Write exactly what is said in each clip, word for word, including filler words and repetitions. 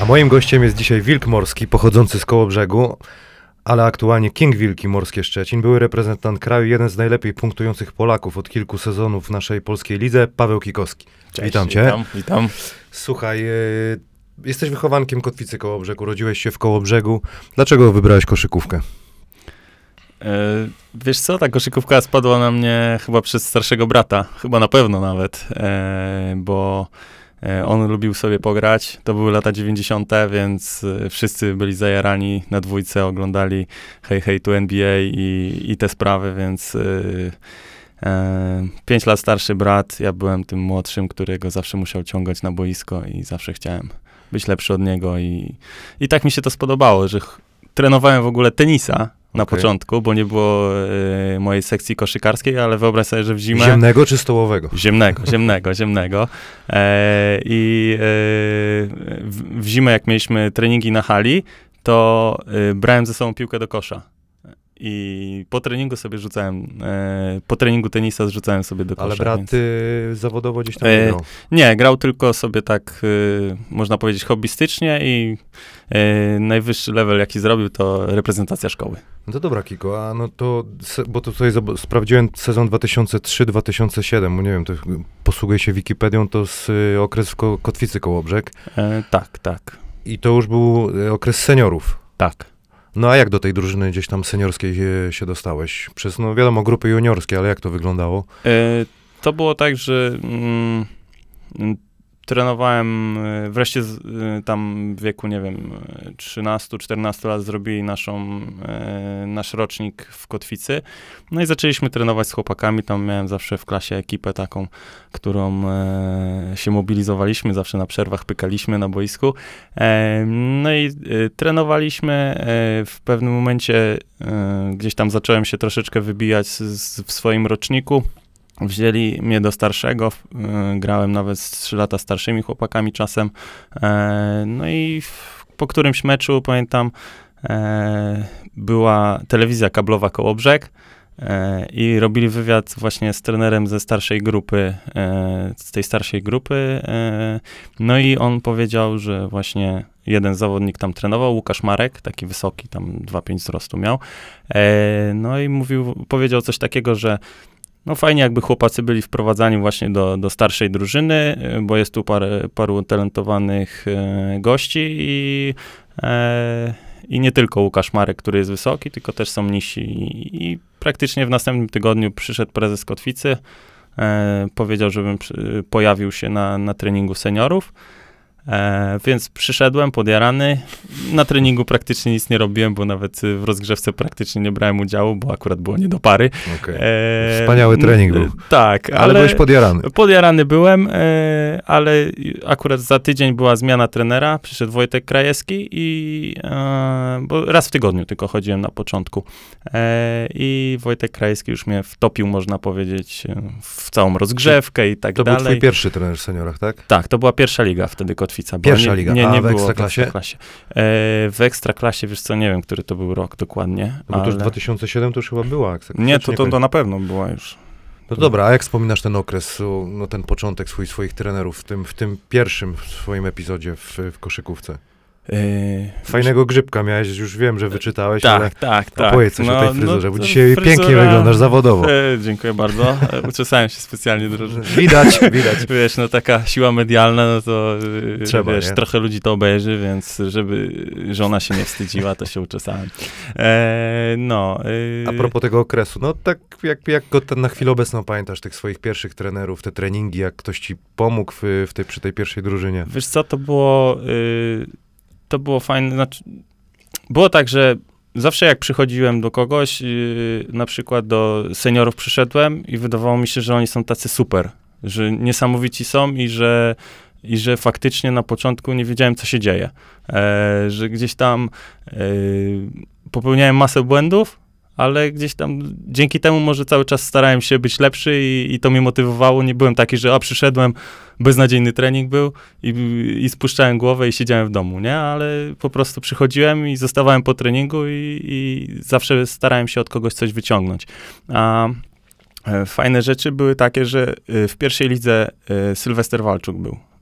A moim gościem jest dzisiaj wilk morski pochodzący z Kołobrzegu, ale aktualnie King Wilki Morskie Szczecin, były reprezentant kraju, jeden z najlepiej punktujących Polaków od kilku sezonów w naszej polskiej lidze, Paweł Kikowski. Cześć, witam cię. Witam, witam. Słuchaj, y, jesteś wychowankiem Kotwicy Kołobrzeg, urodziłeś się w Kołobrzegu. Dlaczego wybrałeś koszykówkę? E, wiesz co, ta koszykówka spadła na mnie chyba przez starszego brata, chyba na pewno nawet, e, bo e, on lubił sobie pograć. To były lata dziewięćdziesiąte, więc e, wszyscy byli zajarani na dwójce, oglądali Hej Hej tu N B A i, i te sprawy, więc e, e, pięć lat starszy brat, ja byłem tym młodszym, którego zawsze musiał ciągać na boisko i zawsze chciałem być lepszy od niego i, i tak mi się to spodobało, że ch- trenowałem w ogóle tenisa na Okay. początku, bo nie było y, mojej sekcji koszykarskiej, ale wyobraź sobie, że w zimę... Ziemnego czy stołowego? Ziemnego, ziemnego, ziemnego. E, I e, w, w zimę, jak mieliśmy treningi na hali, to y, brałem ze sobą piłkę do kosza. I po treningu sobie rzucałem, e, po treningu tenisa zrzucałem sobie do kosza. Ale brat więc... y, zawodowo gdzieś tam E, nie grał? Nie, grał tylko sobie tak, y, można powiedzieć, hobbystycznie i y, najwyższy level, jaki zrobił, to reprezentacja szkoły. No to dobra, Kiko, a no to, se, bo to tutaj zob- sprawdziłem sezon dwa tysiące trzy dwa tysiące siedem, bo nie wiem, to posługuję się Wikipedią, to z y, okres w Ko- Kotwicy Kołobrzeg E, tak, tak, i to już był y, okres seniorów. tak. No a jak do tej drużyny gdzieś tam seniorskiej się, się dostałeś? Przez, no wiadomo, grupy juniorskie, ale jak to wyglądało? E, to było tak, że mm, mm, trenowałem, e, wreszcie z, e, tam w wieku, nie wiem, trzynastu czternastu lat zrobili naszą, e, nasz rocznik w Kotwicy. No i zaczęliśmy trenować z chłopakami, tam miałem zawsze w klasie ekipę taką, którą e, się mobilizowaliśmy, zawsze na przerwach pykaliśmy na boisku. E, no i e, trenowaliśmy, e, w pewnym momencie e, gdzieś tam zacząłem się troszeczkę wybijać z, z, w swoim roczniku. Wzięli mnie do starszego, y, grałem nawet z trzy lata starszymi chłopakami czasem, e, no i w, po którymś meczu, pamiętam, e, była telewizja kablowa Kołobrzeg e, i robili wywiad właśnie z trenerem ze starszej grupy, e, z tej starszej grupy, e, no i on powiedział, że właśnie jeden zawodnik tam trenował, Łukasz Marek, taki wysoki, tam dwa pięć wzrostu miał, e, no i mówił, powiedział coś takiego, że no fajnie, jakby chłopacy byli wprowadzani właśnie do, do starszej drużyny, bo jest tu parę, paru talentowanych e, gości i, e, i nie tylko Łukasz Marek, który jest wysoki, tylko też są niżsi. I, i praktycznie w następnym tygodniu przyszedł prezes Kotwicy, e, powiedział, żebym przy, pojawił się na, na treningu seniorów. E, więc przyszedłem podjarany. Na treningu praktycznie nic nie robiłem, bo nawet w rozgrzewce praktycznie nie brałem udziału, bo akurat było nie do pary. Okay. E, Wspaniały trening był. Tak, ale, ale byłeś podjarany. Podjarany byłem, e, ale akurat za tydzień była zmiana trenera, przyszedł Wojtek Krajewski i e, bo raz w tygodniu tylko chodziłem na początku. E, I Wojtek Krajewski już mnie wtopił, można powiedzieć, w całą rozgrzewkę i tak to dalej. To był twój pierwszy trener w seniorach, tak? Tak, to była pierwsza liga wtedy Kotwica. Pierwsza nie, liga, nie, a nie w było Ekstraklasie? W Ekstraklasie. E, w Ekstraklasie, wiesz co, nie wiem, który to był rok dokładnie. No bo ale... to już dwa tysiące siedem to już chyba była Ekstraklasa. Nie, to, to, to na pewno była już. No dobra, a jak wspominasz ten okres, no ten początek swój, swoich trenerów w tym, w tym pierwszym swoim epizodzie w, w koszykówce? Yy, Fajnego grzybka miałeś, już wiem, że wyczytałeś, tak, ale tak, a tak. powiedz coś no, o tej fryzurze, no, bo dzisiaj fryzura... pięknie wyglądasz zawodowo. E, dziękuję bardzo. E, Uczesałem się specjalnie dużo. Widać, widać. Wiesz, no taka siła medialna, no to yy, Trzeba, wiesz, nie? trochę ludzi to obejrzy, więc żeby żona się nie wstydziła, to się uczesałem. E, no. Yy... A propos tego okresu, no tak jak, jak go ten na chwilę obecną pamiętasz, tych swoich pierwszych trenerów, te treningi, jak ktoś ci pomógł w, w tej, przy tej pierwszej drużynie? Wiesz co, to było, yy, to było fajne, znaczy, było tak, że zawsze jak przychodziłem do kogoś, yy, na przykład do seniorów przyszedłem i wydawało mi się, że oni są tacy super, że niesamowici są i że, i że faktycznie na początku nie wiedziałem, co się dzieje, e, że gdzieś tam e, popełniałem masę błędów, ale gdzieś tam dzięki temu może cały czas starałem się być lepszy i, i to mnie motywowało. Nie byłem taki, że a przyszedłem, beznadziejny trening był i, i spuszczałem głowę i siedziałem w domu, nie? Ale po prostu przychodziłem i zostawałem po treningu i, i zawsze starałem się od kogoś coś wyciągnąć. A e, fajne rzeczy były takie, że e, w pierwszej lidze e, Sylwester Walczuk był.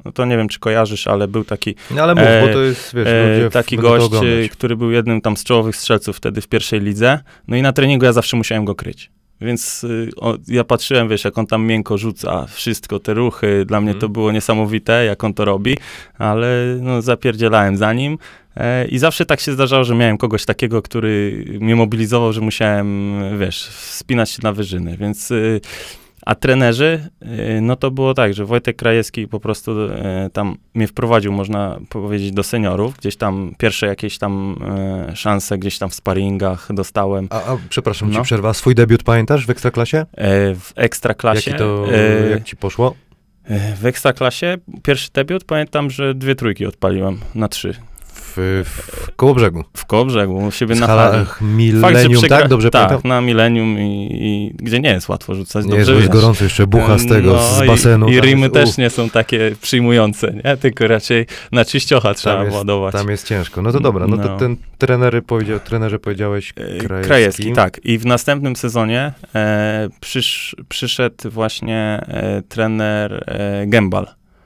No to nie wiem, czy kojarzysz, ale był taki... No ale mów, e, bo to jest, wiesz, e, ludzie taki będą to gość, oglądać. który był jednym tam z czołowych strzelców wtedy w pierwszej lidze. No i na treningu ja zawsze musiałem go kryć. Więc y, o, ja patrzyłem, wiesz, jak on tam miękko rzuca wszystko, te ruchy. Dla mnie Mhm. to było niesamowite, jak on to robi, ale no, zapierdzielałem za nim. E, I zawsze tak się zdarzało, że miałem kogoś takiego, który mnie mobilizował, że musiałem, wiesz, wspinać się na wyżyny. Więc... Y, A trenerzy, y, no to było tak, że Wojtek Krajewski po prostu y, tam mnie wprowadził, można powiedzieć, do seniorów. Gdzieś tam pierwsze jakieś tam y, szanse gdzieś tam w sparingach dostałem. A, a przepraszam, No. ci przerwa. Swój debiut pamiętasz w Ekstraklasie? E, w Ekstraklasie. Jaki to, e, jak ci poszło? e, w Ekstraklasie pierwszy debiut, pamiętam, że dwie trójki odpaliłem na trzy. W, w Kołobrzegu. W Kołobrzegu, u siebie W na hali. halach Millennium, przegra- tak? Dobrze tak, pamiętam? na Millennium, i, i gdzie nie jest łatwo rzucać. Nie dobrze jest, bo jest wiesz. gorąco, jeszcze bucha z tego, No z basenu. I, i tam rymy jest- też uff, nie są takie przyjmujące, nie? Tylko raczej na czyściocha trzeba tam jest, ładować. tam jest ciężko. No to dobra, no to No. ten trenery powiedział, trenerze powiedziałeś E, Krajewski. Krajewski, tak. I w następnym sezonie e, przysz, przyszedł właśnie e, trener e, Gembal.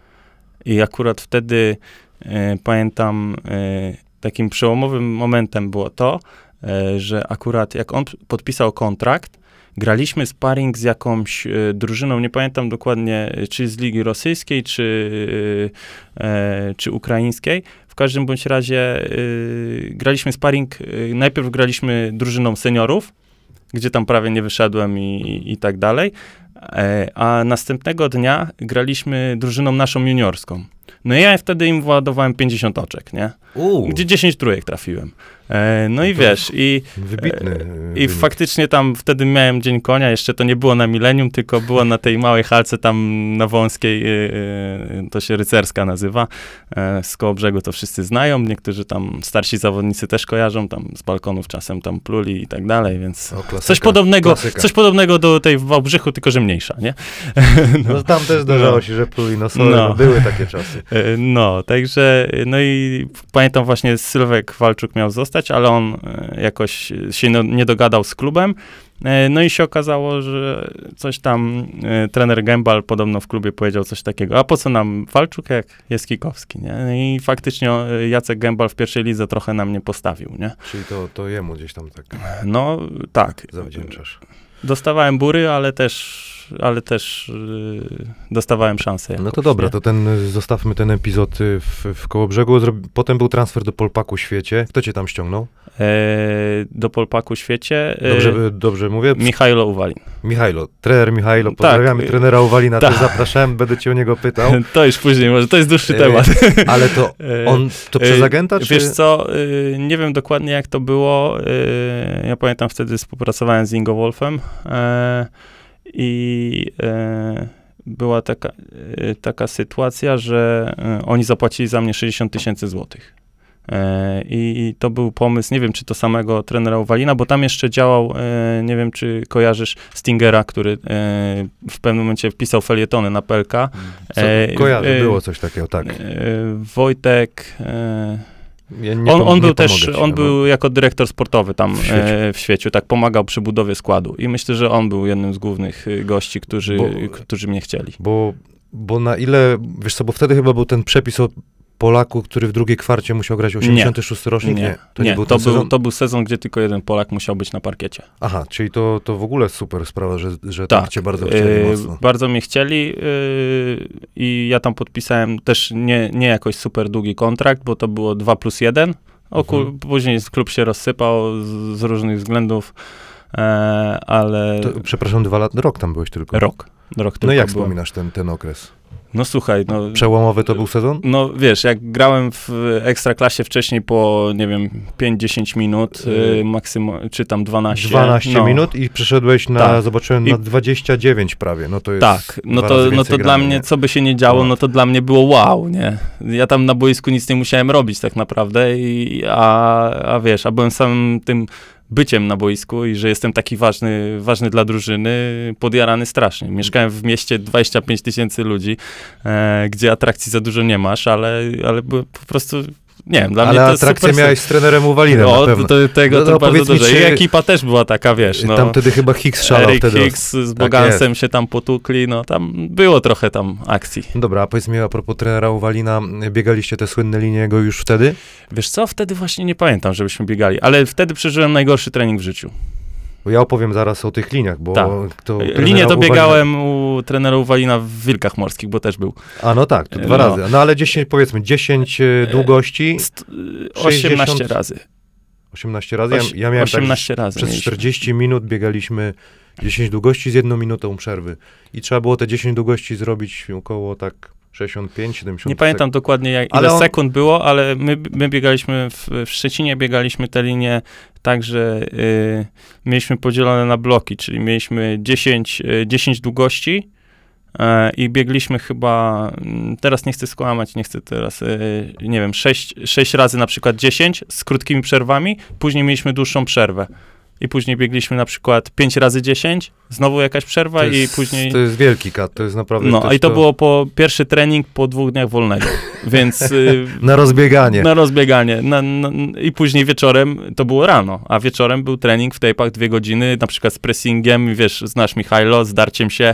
I akurat wtedy e, pamiętam, e, takim przełomowym momentem było to, e, że akurat jak on p- podpisał kontrakt, graliśmy sparring z jakąś e, drużyną, nie pamiętam dokładnie, e, czy z Ligi Rosyjskiej, czy, e, czy ukraińskiej. W każdym bądź razie e, graliśmy sparring, e, najpierw graliśmy drużyną seniorów, gdzie tam prawie nie wyszedłem i, i, i tak dalej, e, a następnego dnia graliśmy drużyną naszą juniorską. No i ja wtedy im władowałem pięćdziesiąt oczek, nie? Uuu, Gdzie dziesięć trójek trafiłem. E, no i to wiesz, i, wybitny i wynik. faktycznie tam wtedy miałem Dzień Konia, jeszcze to nie było na Millennium, tylko było na tej małej halce tam na Wąskiej, e, e, to się Rycerska nazywa, e, z Kołobrzegu to wszyscy znają, niektórzy tam starsi zawodnicy też kojarzą, tam z balkonów czasem tam pluli i tak dalej, więc O, klasyka, coś podobnego, klasyka. coś podobnego do tej w Wałbrzychu, tylko że mniejsza, nie? No tam też zdarzało No. się, że pluli, no sorry, No. no. były takie czasy. E, No, także, no i pamiętam właśnie Sylwek Walczuk miał zostać, ale on e, jakoś się no, nie dogadał z klubem, e, no i się okazało, że coś tam e, trener Gembal podobno w klubie powiedział coś takiego, a po co nam Walczuk, jak jest Kikowski, nie? No i faktycznie e, Jacek Gembal w pierwszej lidze trochę na mnie postawił, nie? Czyli to, to jemu gdzieś tam tak No, tak. zawdzięczasz. Dostawałem bury, ale też, ale też yy, dostawałem szansę. No jakoś, to dobra, nie? to ten, zostawmy ten epizod y, w, w Kołobrzegu. Zrobi, potem był transfer do Polpaku Świecie. Kto cię tam ściągnął? E, do Polpaku Świecie. e, Dobrze, dobrze mówię? Michajlo Uwalin. Michajlo, trener Michajlo, pozdrawiamy Tak. trenera Uwalina, Tak. też zapraszałem, będę cię o niego pytał. To już później, może to jest dłuższy E, temat. Ale to E, on, to przez e, agenta, czy... Wiesz co, y, nie wiem dokładnie jak to było. y, Ja pamiętam wtedy współpracowałem z Ingo Wolfem e, i e, była taka, y, taka sytuacja, że y, oni zapłacili za mnie sześćdziesiąt tysięcy złotych. E, I to był pomysł, nie wiem czy to samego trenera Uwalina, bo tam jeszcze działał, e, nie wiem czy kojarzysz Stingera, który e, w pewnym momencie wpisał felietony na P L K. Co, e, kojarzę, e, było coś takiego, tak. E, Wojtek, e, Ja nie on, pom- on nie był pomogę też, ci, on no. był jako dyrektor sportowy tam W w Świeciu. świecie. E, w świeciu, tak pomagał przy budowie składu i myślę, że on był jednym z głównych y, gości, którzy, Bo- którzy mnie chcieli. Bo, bo na ile, wiesz co, bo wtedy chyba był ten przepis o Polaku, który w drugiej kwarcie musiał grać osiemdziesiąty szósty rocznik? Nie, to, nie, był to, ten był, sezon? to był sezon, gdzie tylko jeden Polak musiał być na parkiecie. Aha, czyli to, to w ogóle super sprawa, że, że tak, Tak, cię bardzo chcieli e, mocno. bardzo mnie chcieli yy, i ja tam podpisałem też nie, nie jakoś super długi kontrakt, bo to było dwa plus jeden. Oku, Mhm. Później klub się rozsypał z, z różnych względów, e, ale To, przepraszam, dwa lata, rok tam byłeś tylko. rok. rok No tylko jak byłem. wspominasz ten, ten okres? No słuchaj, no... Przełomowy to był sezon? No wiesz, jak grałem w Ekstraklasie wcześniej po, nie wiem, pięć dziesięć minut, Yy, yy, maksymalnie, czy tam dwanaście. dwanaście no. minut i przyszedłeś na, Tak. zobaczyłem, I- na dwadzieścia dziewięć prawie, no to jest Tak, no dwa to, razy no więcej to dla gramy, mnie, nie? co by się nie działo, No. no to dla mnie było wow, nie? Ja tam na boisku nic nie musiałem robić tak naprawdę, i, a, a wiesz, a byłem samym tym byciem na boisku i że jestem taki ważny, ważny dla drużyny, podjarany strasznie. Mieszkałem w mieście dwadzieścia pięć tysięcy ludzi, e, gdzie atrakcji za dużo nie masz, ale, ale byłem po prostu nie wiem, dla Ale mnie to jest atrakcję super. miałeś z trenerem Uwalinem No, na pewno. to, tego No, to no, bardzo powiedz mi, dużo. I czy- ekipa też była taka, wiesz, no. Tam wtedy chyba Hicks szalał Eric wtedy. Hicks z Tak Bogansem jest. się tam potukli, no tam było trochę tam akcji. Dobra, a powiedz mi a propos trenera Uwalina, biegaliście te słynne linie jego już wtedy? Wiesz co, wtedy właśnie nie pamiętam, żebyśmy biegali, ale wtedy przeżyłem najgorszy trening w życiu. Bo ja opowiem zaraz o tych liniach, bo Tak. to Linię trenera to Uwalina- biegałem u trenera Uwalina w Wilkach Morskich, bo też był. A no tak, to dwa No. razy. No ale dziesięć, powiedzmy, dziesięć e, długości, St- osiemnaście sześćdziesiąt razy. osiemnaście razy. Ja, Oś- ja miałem osiemnaście tak, że razy przez mieliśmy. czterdzieści minut biegaliśmy dziesięć długości z jedną minutą przerwy. I trzeba było te dziesięć długości zrobić około tak sześćdziesiąt pięć siedemdziesiąt Nie pamiętam dokładnie jak, ile Ale on- sekund było, ale my, my biegaliśmy w, w Szczecinie, biegaliśmy te linie tak, że y, mieliśmy podzielone na bloki, czyli mieliśmy dziesięć, y, dziesięć długości y, i biegliśmy chyba, mm, teraz nie chcę skłamać, nie chcę teraz, y, nie wiem, sześć, sześć razy na przykład dziesięć z krótkimi przerwami, później mieliśmy dłuższą przerwę. I później biegliśmy na przykład pięć razy dziesięć, znowu jakaś przerwa To i jest, później... to jest wielki kat, to jest naprawdę... No, też i to było po pierwszy trening po dwóch dniach wolnego, więc y, Na rozbieganie. na rozbieganie. Na, na, I później wieczorem, to było rano, a wieczorem był trening w tejpach dwie godziny, na przykład z pressingiem, wiesz, znasz Michajlo, z darciem się,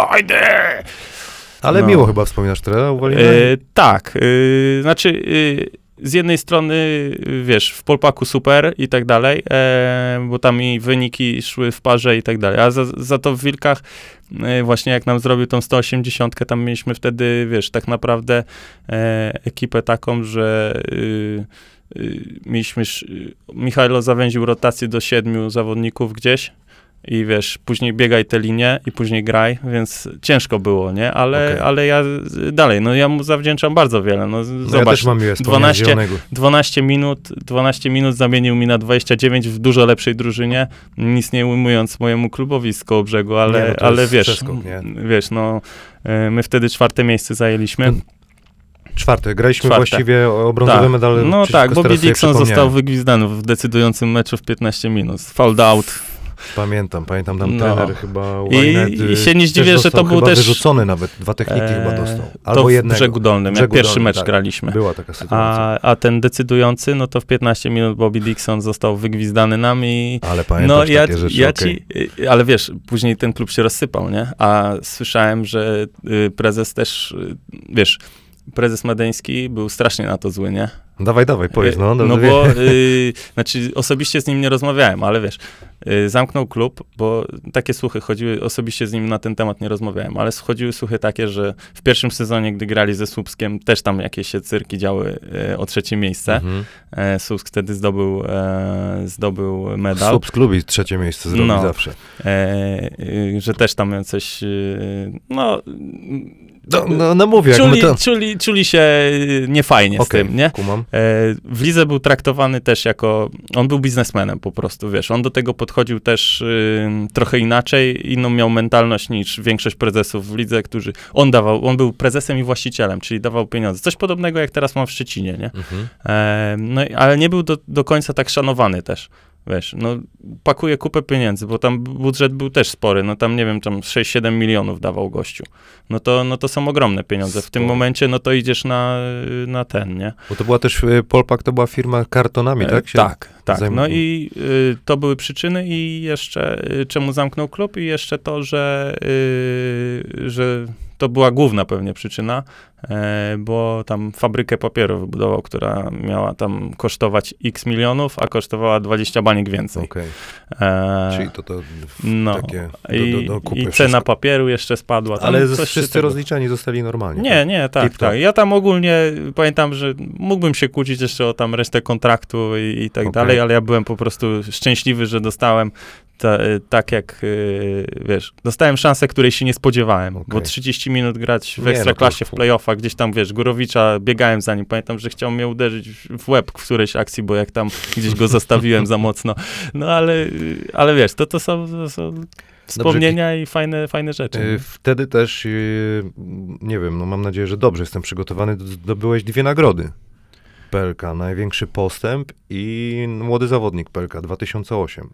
ojde! Ale no. miło chyba wspominasz trenera Uwalina? Y, tak, y, znaczy... Y, z jednej strony, y, wiesz, w Polpaku super i tak dalej, e, bo tam i wyniki szły w parze i tak dalej, a za, za to w Wilkach, e, właśnie jak nam zrobił tą sto osiemdziesiątkę, tam mieliśmy wtedy, wiesz, tak naprawdę e, ekipę taką, że y, y, mieliśmy, sz- Michajlo zawęził rotację do siedmiu zawodników gdzieś, i wiesz, później biegaj te linie i później graj, więc ciężko było, nie? Ale, Okej. ale ja y, dalej, no ja mu zawdzięczam bardzo wiele, no z- No ja zobacz, też mam miłe wspomnienie dwanaście z Zielonego. dwanaście minut, dwanaście minut zamienił mi na dwadzieścia dziewięć w dużo lepszej drużynie, nic nie ujmując mojemu klubowi z Kołobrzegu, ale, Nie, no to ale jest wiesz, przeskok, nie? wiesz, no y, my wtedy czwarte miejsce zajęliśmy. Czwarte, graliśmy Czwarte. właściwie o brązowe Tak. medale. No przeciwko tak, Bobby teraz sobie Dixon przypomniałem. został wygwizdany w decydującym meczu w piętnaście minut, fouled out. Pamiętam, pamiętam tam No. trener chyba I- Uwalina, i y, się nie też zdziwię, że został to był chyba też- wyrzucony nawet, dwa techniki Eee, chyba dostał. To Albo w jednego. Brzegu Dolnym, jak Brzegu pierwszy Dolnym, mecz tak. graliśmy. Była taka sytuacja. A, a ten decydujący, no to w piętnaście minut Bobby Dixon został wygwizdany nam i Ale no pamiętasz ja, takie rzeczy, ja okej. ci, y, ale wiesz, później ten klub się rozsypał, nie? A słyszałem, że y, prezes też, y, wiesz, prezes Medeński był strasznie na to zły, nie? Dawaj, dawaj, powiedz, no. no dobrze bo, wiem. y, znaczy osobiście z nim nie rozmawiałem, ale wiesz, y, zamknął klub, bo takie słuchy chodziły, osobiście z nim na ten temat nie rozmawiałem, ale chodziły słuchy takie, że w pierwszym sezonie, gdy grali ze Słupskiem, też tam jakieś się cyrki działy y, o trzecie miejsce. Mhm. E, Słupsk wtedy zdobył, e, zdobył medal. Słupsk lubi trzecie miejsce zrobić No. zawsze. E, y, że też tam coś, y, no, No, no, no mówię, jak czuli, my to... czuli, czuli się y, niefajnie z Okej, tym, nie? kumam. E, w lidze był traktowany też jako, on był biznesmenem po prostu, wiesz, on do tego podchodził też y, trochę inaczej, inną miał mentalność niż większość prezesów w lidze, którzy, on dawał, on był prezesem i właścicielem, czyli dawał pieniądze, coś podobnego jak teraz mam w Szczecinie, nie? Mhm. E, no, i- ale nie był do, do końca tak szanowany też. Wiesz, no pakuje kupę pieniędzy, bo tam budżet był też spory, no tam nie wiem, tam sześć siedem milionów dawał gościu. No to, no to są ogromne pieniądze. W tym Sporo. momencie, no to idziesz na, na ten, nie? Bo to była też, y, Polpak to była firma kartonami, E, tak? Się tak, tak. zajm- No i y, to były przyczyny i jeszcze y, czemu zamknął klub i jeszcze to, że, y, że to była główna pewnie przyczyna, e, bo tam fabrykę papieru wybudował, która miała tam kosztować x milionów, a kosztowała dwadzieścia baniek więcej. Okej, E, czyli to, to no. takie do, I, do, do kupy i cena wszystko. papieru jeszcze spadła. Tam Ale coś się wszyscy tego- rozliczeni zostali normalnie. Nie, nie, tak, Tip-top. tak. Ja tam ogólnie pamiętam, że mógłbym się kłócić jeszcze o tam resztę kontraktu i, i tak Okej. dalej, ale ja byłem po prostu szczęśliwy, że dostałem ta, tak jak, y, wiesz, dostałem szansę, której się nie spodziewałem, Okej. bo trzydzieści minut grać w Nie, no to Ekstraklasie, już w playoffach, gdzieś tam, wiesz, Górowicza, biegałem za nim, pamiętam, że chciał mnie uderzyć w łeb w którejś akcji, bo jak tam gdzieś go zastawiłem za mocno, no ale, y, ale wiesz, to, to są, to są wspomnienia i fajne, fajne rzeczy. Y, nie? Wtedy też, y, nie wiem, no mam nadzieję, że dobrze jestem przygotowany, zdobyłeś dwie nagrody. P L K, największy postęp i młody zawodnik P L K dwa tysiące osiem.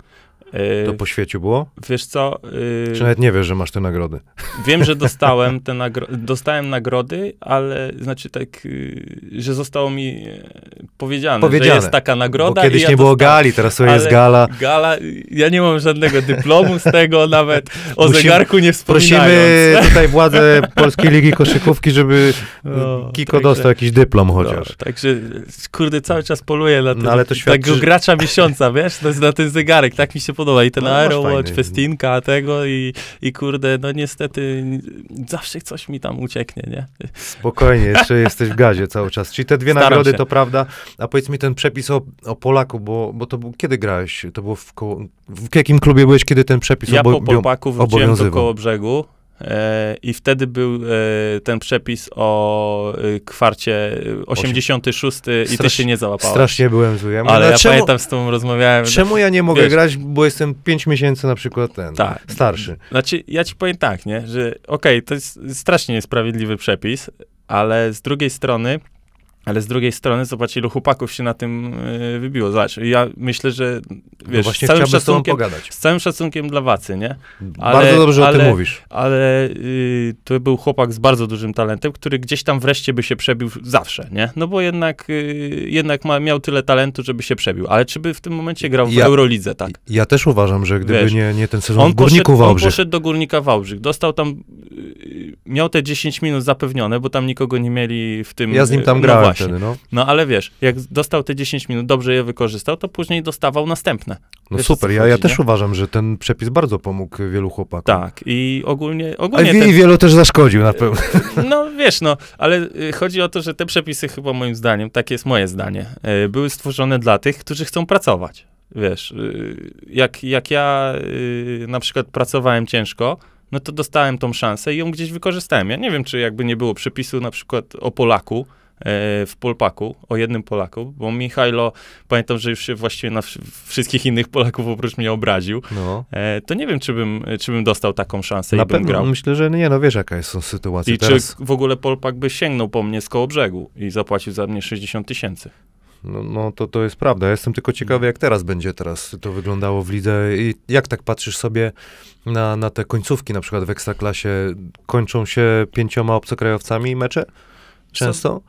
Yy, To po świeciu było? Wiesz co? Yy, Czy nawet nie wiesz, że masz te nagrody? Wiem, że dostałem te nagro- dostałem nagrody, ale znaczy tak, yy, że zostało mi yy, powiedziane, Powiedziane, że jest taka nagroda. Bo kiedyś i ja nie było dostałem. gali, teraz sobie Ale jest gala. Gala, ja nie mam żadnego dyplomu z tego, nawet o Musimy- zegarku nie wspominając. Prosimy tutaj władze Polskiej Ligi Koszykówki, żeby No, Kiko także- dostał jakiś dyplom chociaż. No, także, kurde, cały czas poluję na ten, No, ale to świadczy, tego że- gracza miesiąca, wiesz, to jest na ten zegarek, tak mi się podoba. I ten No, masz Aerowatch, fajny. festinka tego i, i kurde, no niestety zawsze coś mi tam ucieknie, nie? Spokojnie, jeszcze jesteś w gazie cały czas. Czyli te dwie Staram nagrody się. to prawda. A powiedz mi ten przepis o, o Polaku, bo, bo to był, kiedy grałeś? To było w, koło, w jakim klubie byłeś, kiedy ten przepis Ja obo, po Polpaku wróciłem do obowiązywał? Kołobrzegu e, i wtedy był e, ten przepis o e, kwarcie osiemdziesiąty szósty i ty Strasz- się nie załapałeś. Strasznie byłem zły. Ja mówię, Ale no ja czemu, pamiętam, z tobą rozmawiałem. czemu ja nie mogę wiesz- grać, bo jestem pięć miesięcy na przykład ten, Tak. starszy. Znaczy, ja ci powiem tak, nie, że okej, to jest strasznie niesprawiedliwy przepis, ale z drugiej strony, ale z drugiej strony, zobacz, ilu chłopaków się na tym y, wybiło. Zobacz, ja myślę, że No wiesz, właśnie z całym chciałbym z tobą szacunkiem, pogadać. z całym szacunkiem dla Wacy, nie? Bardzo dobrze o ale- tym mówisz. Ale y, to był chłopak z bardzo dużym talentem, który gdzieś tam wreszcie by się przebił zawsze, nie? No bo jednak, y, jednak ma, miał tyle talentu, żeby się przebił. Ale czy by w tym momencie grał w Ja- Eurolidze, tak? Ja też uważam, że gdyby Wiesz, nie, nie ten sezon On w Górniku poszedł, on Wałbrzych, poszedł do Górnika Wałbrzych, dostał tam, yy, miał te dziesięć minut zapewnione, bo tam nikogo nie mieli w tym. ja z nim tam no grałem właśnie. wtedy, no. No ale wiesz, jak dostał te dziesięć minut, dobrze je wykorzystał, to później dostawał następne. No Wiesz, o super, co ja, ja chodzi, też nie? uważam, że ten przepis bardzo pomógł wielu chłopakom. Tak, i ogólnie, A ogólnie wi- ten, wielu też zaszkodził na pewno. no wiesz, no, ale y, chodzi o to, że te przepisy chyba moim zdaniem, takie jest moje zdanie, y, były stworzone dla tych, którzy chcą pracować. Wiesz, y, jak, jak ja y, na przykład pracowałem ciężko, no to dostałem tą szansę i ją gdzieś wykorzystałem. Ja nie wiem, czy jakby nie było przepisu na przykład o Polaku, e, w Polpaku, o jednym Polaku, bo Michajlo, pamiętam, że już się właściwie na wsz- wszystkich innych Polaków oprócz mnie obraził, No. e, to nie wiem, czy bym, czy bym dostał taką szansę Na i bym pewno, grał. myślę, że nie, no wiesz jaka jest są sytuacja I teraz. czy w ogóle Polpak by sięgnął po mnie z Kołobrzegu i zapłacił za mnie sześćdziesiąt tysięcy. No, no to, to jest prawda. Ja jestem tylko ciekawy, jak teraz będzie teraz to wyglądało w lidze i jak tak patrzysz sobie na, na te końcówki, na przykład w Ekstraklasie, kończą się pięcioma obcokrajowcami mecze? Często?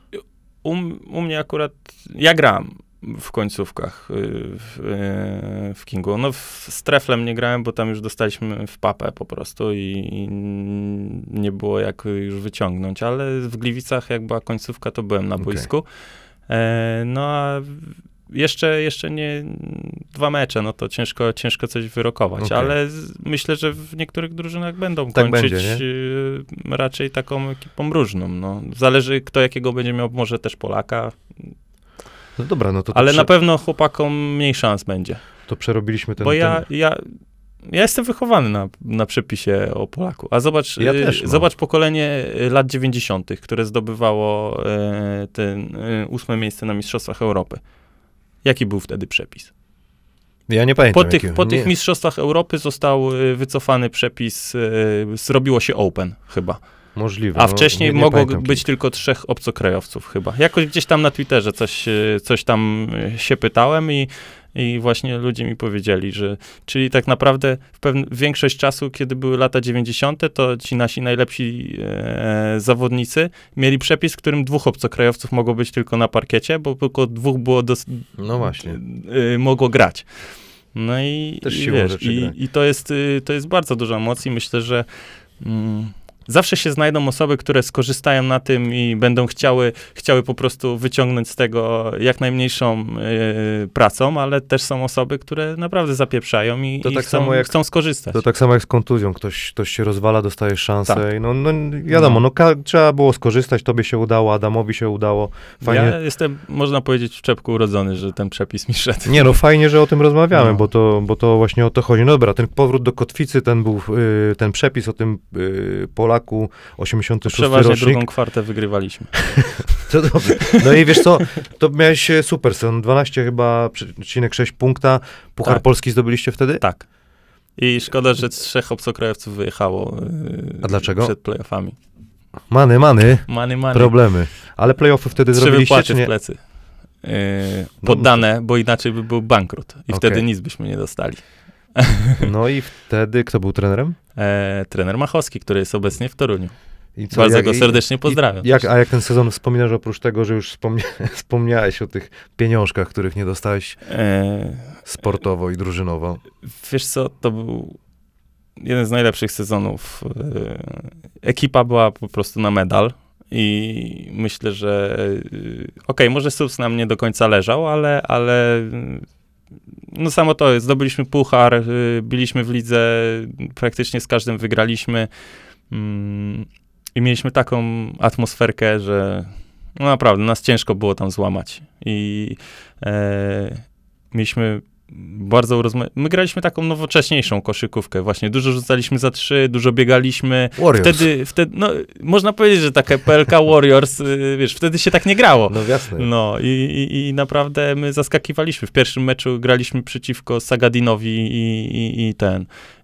U, u mnie akurat, ja gram w końcówkach y, w, y, w Kingu. No w, z Treflem nie grałem, bo tam już dostaliśmy w papę po prostu i, i nie było jak już wyciągnąć, ale w Gliwicach jak była końcówka, to byłem na Okej. boisku. E, no a jeszcze, jeszcze nie dwa mecze, no to ciężko, ciężko coś wyrokować, Okej. ale z, myślę, że w niektórych drużynach będą Tak kończyć będzie, nie? y, raczej taką ekipą różną. No. Zależy kto jakiego będzie miał, może też Polaka, No dobra, no to, to, ale prze, na pewno chłopakom mniej szans będzie. to przerobiliśmy ten... Bo ja, ten... ja, ja jestem wychowany na, na przepisie o Polaku. A zobacz, Ja y, też, no. zobacz pokolenie y, lat dziewięćdziesiątych, które zdobywało y, ten y, ósme miejsce na Mistrzostwach Europy. Jaki był wtedy przepis? Ja nie pamiętam. Po tych, jakiego- po nie. tych Mistrzostwach Europy został y, wycofany przepis, y, zrobiło się Open chyba. Możliwe. A no, wcześniej nie, nie mogło pamiętam, być kim. tylko trzech obcokrajowców chyba. Jakoś gdzieś tam na Twitterze coś, y, coś tam y, się pytałem i, i właśnie ludzie mi powiedzieli, że czyli tak naprawdę w pewne, większość czasu, kiedy były lata dziewięćdziesiąte, to ci nasi najlepsi e, zawodnicy mieli przepis, w którym dwóch obcokrajowców mogło być tylko na parkiecie, bo tylko dwóch było dos- No właśnie. y, mogło grać. No i, Też i, siłą wiesz, rzeczy i, gra. i to, jest, y, to jest bardzo dużo emocji. Myślę, że mm, zawsze się znajdą osoby, które skorzystają na tym i będą chciały, chciały po prostu wyciągnąć z tego jak najmniejszą y, pracą, ale też są osoby, które naprawdę zapieprzają i, To i tak chcą, samo jak- chcą skorzystać. To tak samo jak z kontuzją. Ktoś, ktoś się rozwala, dostaje szansę. Tak. I no, no wiadomo, no, ka- trzeba było skorzystać, tobie się udało, Adamowi się udało. Fajnie. Ja jestem, można powiedzieć, w czepku urodzony, że ten przepis mi szedł. Nie no, fajnie, że o tym rozmawiamy, No. bo, to, bo to właśnie o to chodzi. No dobra, ten powrót do kotwicy, ten był, y, ten przepis o tym y, Polaku, osiemdziesiąty szósty Przeważnie rocznik. drugą kwartę wygrywaliśmy. To dobrze. No i wiesz co, to miałeś e, super sezon, dwanaście chyba przecinek sześć punkta. Puchar Tak. Polski zdobyliście wtedy? Tak. I szkoda, że trzech obcokrajowców wyjechało yy, A dlaczego? przed playoffami. Many, many, Many, many. problemy. Ale playoffy wtedy Trzy zrobiliście, wypłaty czy w nie? plecy. Yy, poddane, bo inaczej by był bankrut. I Okej. wtedy nic byśmy nie dostali. No i wtedy kto był trenerem? E, trener Machowski, który jest obecnie w Toruniu. I Bardzo jak- go i- serdecznie pozdrawiam. Jak, a jak ten sezon wspominasz, oprócz tego, że już wspomnia, wspomniałeś o tych pieniążkach, których nie dostałeś E, sportowo i drużynowo? wiesz co, to był jeden z najlepszych sezonów. E, ekipa była po prostu na medal i myślę, że e, okej, może Subs nam nie do końca leżał, ale, ale no samo to, zdobyliśmy puchar, e, byliśmy w lidze, praktycznie z każdym wygraliśmy mm, i mieliśmy taką atmosferkę, że no naprawdę nas ciężko było tam złamać i e, mieliśmy bardzo urozma- My graliśmy taką nowocześniejszą koszykówkę, właśnie dużo rzucaliśmy za trzy, dużo biegaliśmy. Warriors. Wtedy, wtedy, no, można powiedzieć, że takie P L K Warriors, y, wiesz, wtedy się tak nie grało. No jasne. No i, i, i naprawdę my zaskakiwaliśmy. W pierwszym meczu graliśmy przeciwko Sagadinowi i, i, i ten,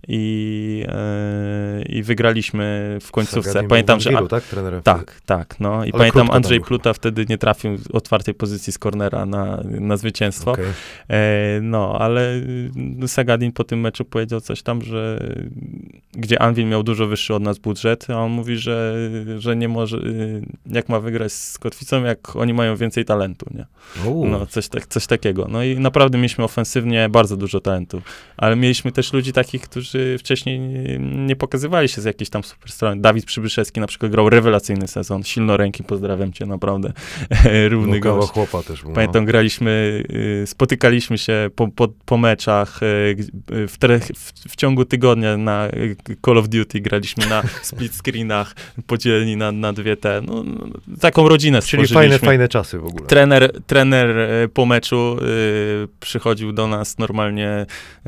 i, e, i wygraliśmy w końcówce. Sagadin Pamiętam, był w że... Anwilu, tak, trenerem? Tak, tak, no i Ale pamiętam krótko tam Andrzej był. Pluta wtedy nie trafił w otwartej pozycji z cornera na, na zwycięstwo. Okej. E, no, ale y, Sagadin po tym meczu powiedział coś tam, że gdzie Anwil miał dużo wyższy od nas budżet, a on mówi, że, że nie może, y, jak ma wygrać z Kotwicą, jak oni mają więcej talentu, nie? U, No, coś, tak, coś takiego. No i naprawdę mieliśmy ofensywnie bardzo dużo talentu, ale mieliśmy też ludzi takich, którzy wcześniej nie, nie pokazywali się z jakiejś tam super strony. Dawid Przybyszewski na przykład grał rewelacyjny sezon, silnoręki, pozdrawiam cię, naprawdę, równy no, kawał gość. chłopa też był. Pamiętam, graliśmy, y, spotykaliśmy się po, po, po meczach, y, g- w, tre, w, w ciągu tygodnia na y, Call of Duty graliśmy na split screenach, podzieleni na, na dwie te, no, no, taką rodzinę Czyli fajne, stworzyliśmy. fajne czasy w ogóle. Trener, trener e, po meczu y, przychodził do nas normalnie,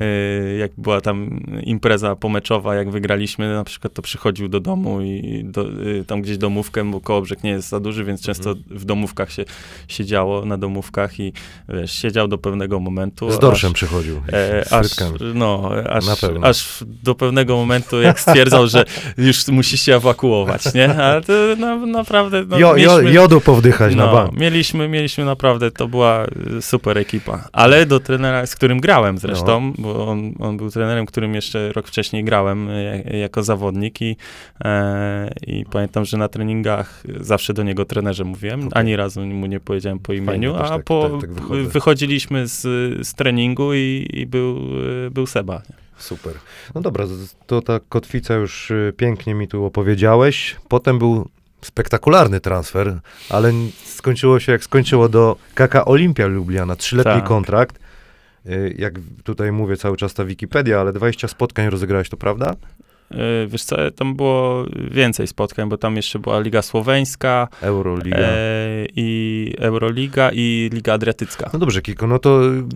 y, jak była tam impreza pomeczowa, jak wygraliśmy, na przykład to przychodził do domu i do, y, tam gdzieś domówkę, bo Kołobrzeg nie jest za duży, więc często w domówkach się siedziało, na domówkach i wiesz, siedział do pewnego momentu. Z dorszem aż- przychodził. E, z aż, frytkami. no, aż, Na pewno. aż do pewnego momentu, jak stwierdzał, że już musi się ewakuować, nie? Ale to no, naprawdę... No, jo, jo, mieliśmy- jodu powdychać na no, bank. mieliśmy, mieliśmy naprawdę, to była y, super ekipa. Ale do trenera, z którym grałem zresztą, bo on, on był trenerem, którym jeszcze rok wcześniej grałem y, jak- jako zawodnik i, e, i pamiętam, że na treningach zawsze do niego trenerze mówiłem, Okej. ani razu mu nie powiedziałem po imieniu, też a tak- po, tak- tak wychodzę. wychodziliśmy z, z treningu i, i był, y, był Seba. Super. No dobra, z- to ta kotwica już y, pięknie mi tu opowiedziałeś. Potem był spektakularny transfer, ale n- skończyło się jak skończyło do K K Olimpia Lubliana. Trzyletni Tak. kontrakt. Y, Jak tutaj mówię cały czas ta Wikipedia, ale dwadzieścia spotkań rozegrałeś, to prawda? Y, Wiesz co, tam było więcej spotkań, bo tam jeszcze była Liga Słoweńska, Euroliga. E, i Euroliga i Liga Adriatycka. No dobrze, Kiko, no to y,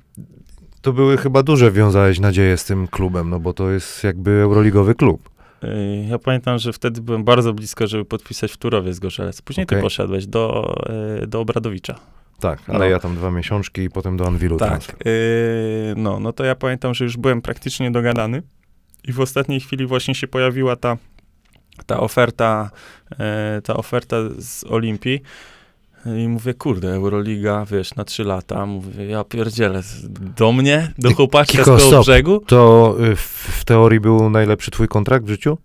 to były chyba duże wiązałeś nadzieje z tym klubem, no bo to jest jakby euroligowy klub. E, Ja pamiętam, że wtedy byłem bardzo blisko, żeby podpisać w Turowie z Gorzelec. Później ty Okej. poszedłeś do, e, do Obradowicza. Tak, ale No. ja tam dwa miesiączki i potem do Anwilu transfer. Tak. E, no, no to ja pamiętam, że już byłem praktycznie dogadany i w ostatniej chwili właśnie się pojawiła ta, ta oferta, e, ta oferta z Olimpii. I mówię, kurde, Euroliga, wiesz, na trzy lata. Mówię, ja pierdzielę, do mnie, do chłopaczka Kiko, z koło stop. brzegu. To y, w, w teorii był najlepszy twój kontrakt w życiu?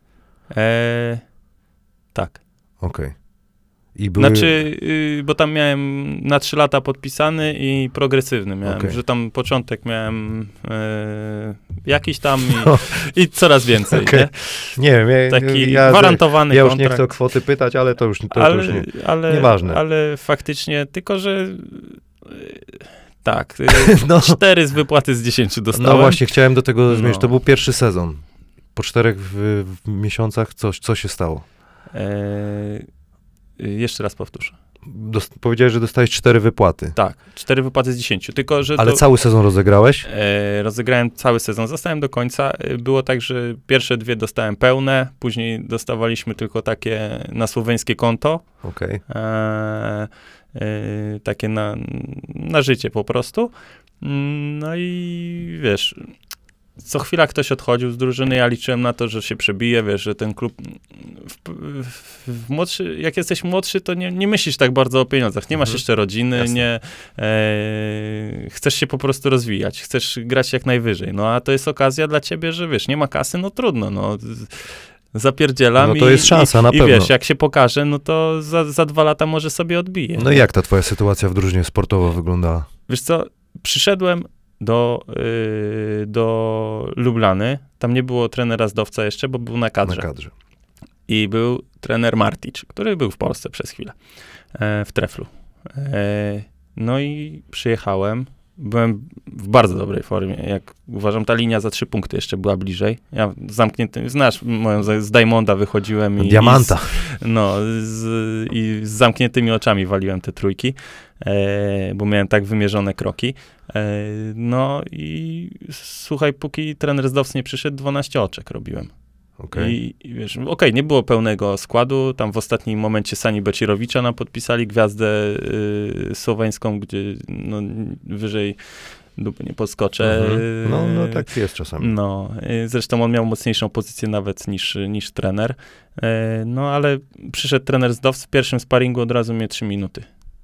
E, tak. Okej. I były... Znaczy, y, bo tam miałem na trzy lata podpisany i progresywny miałem, Okej. że tam początek miałem e, jakiś tam i, No. i coraz więcej, Okej. nie? Nie wiem, ja, Taki ja, gwarantowany ja już nie kontrakt. chcę o kwoty pytać, ale to już, to, to ale, już nie. ale, nieważne. ale faktycznie, tylko że y, tak, y, No, cztery z wypłaty z dziesięciu dostałem. no właśnie, chciałem do tego zmierzyć. No. To był pierwszy sezon. Po czterech w, w miesiącach coś, co się stało? E, y, jeszcze raz powtórzę. Dost, powiedziałeś, że dostałeś cztery wypłaty. Tak, cztery wypłaty z dziesięciu, tylko że Ale to... cały sezon rozegrałeś? E, rozegrałem cały sezon, zostałem do końca. E, Było tak, że pierwsze dwie dostałem pełne, później dostawaliśmy tylko takie na słoweńskie konto, Okej. e, e, takie na, na życie po prostu. Mm, No i wiesz, co chwila ktoś odchodził z drużyny, ja liczyłem na to, że się przebije, wiesz, że ten klub, w, w, w młodszy, jak jesteś młodszy, to nie, nie myślisz tak bardzo o pieniądzach, nie masz Mhm. jeszcze rodziny, Jasne. nie, e, chcesz się po prostu rozwijać, chcesz grać jak najwyżej, no a to jest okazja dla ciebie, że wiesz, nie ma kasy, no trudno, no, zapierdzielam No to jest i, szansa, i, na i pewno. wiesz, jak się pokaże, no to za, za dwa lata może sobie odbije. No i jak ta twoja sytuacja w drużynie sportowo wyglądała? Wiesz co, przyszedłem do, yy, do Lublany, tam nie było trenera Zdowca jeszcze, bo był na kadrze. Na kadrze. I był trener Marticz, który był w Polsce przez chwilę, e, w Treflu. E, no i przyjechałem, byłem w bardzo dobrej formie, jak uważam, ta linia za trzy punkty jeszcze była bliżej. Ja zamknięty, znasz moją, z Diamonda wychodziłem i... Diamanta. I z, no, z, i z zamkniętymi oczami waliłem te trójki, e, bo miałem tak wymierzone kroki. E, no i słuchaj, póki trener Zdowc nie przyszedł, dwanaście oczek robiłem. Okay. I, i wiesz, okej, okay, nie było pełnego składu, tam w ostatnim momencie Sani Becirowicza nam podpisali gwiazdę y, słoweńską, gdzie no, wyżej dupy nie podskoczę. Mhm. No, no Y, tak jest czasami. No, y, zresztą on miał mocniejszą pozycję nawet niż, niż trener. Y, no, ale przyszedł trener Zdowc w pierwszym sparingu od razu mnie trzy minuty.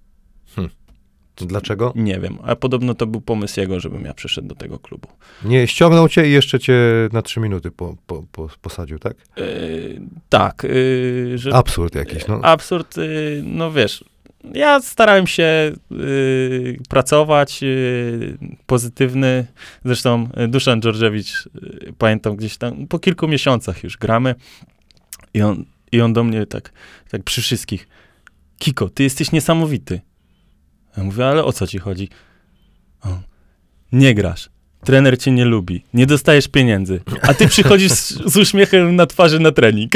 Dlaczego? Nie wiem, a podobno to był pomysł jego, żebym ja przyszedł do tego klubu. Nie, ściągnął cię i jeszcze cię na trzy minuty po, po, po, posadził, tak? Y, tak. Y, że, Absurd jakiś, no. Absurd, y, no wiesz, ja starałem się y, pracować, y, pozytywny, zresztą y, Duszan Dżordżewicz, y, pamiętam gdzieś tam, po kilku miesiącach już gramy i on, i on do mnie tak, tak przy wszystkich, Kiko, ty jesteś niesamowity. Ja mówię, ale o co ci chodzi? O, nie grasz. Trener cię nie lubi, nie dostajesz pieniędzy, a ty przychodzisz z, z uśmiechem na twarzy na trening.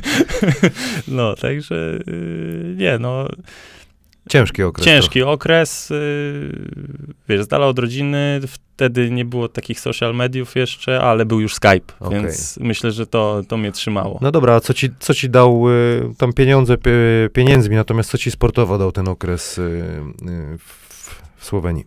No, także yy, nie, no. Ciężki okres. Ciężki trochę. okres, yy, wiesz, z dala od rodziny, wtedy nie było takich social mediów jeszcze, ale był już Skype, Okay. więc myślę, że to, to mnie trzymało. No dobra, a co ci, co ci dał y, tam pieniądze pie, pieniędzmi, natomiast co ci sportowo dał ten okres y, y, w, w Słowenii?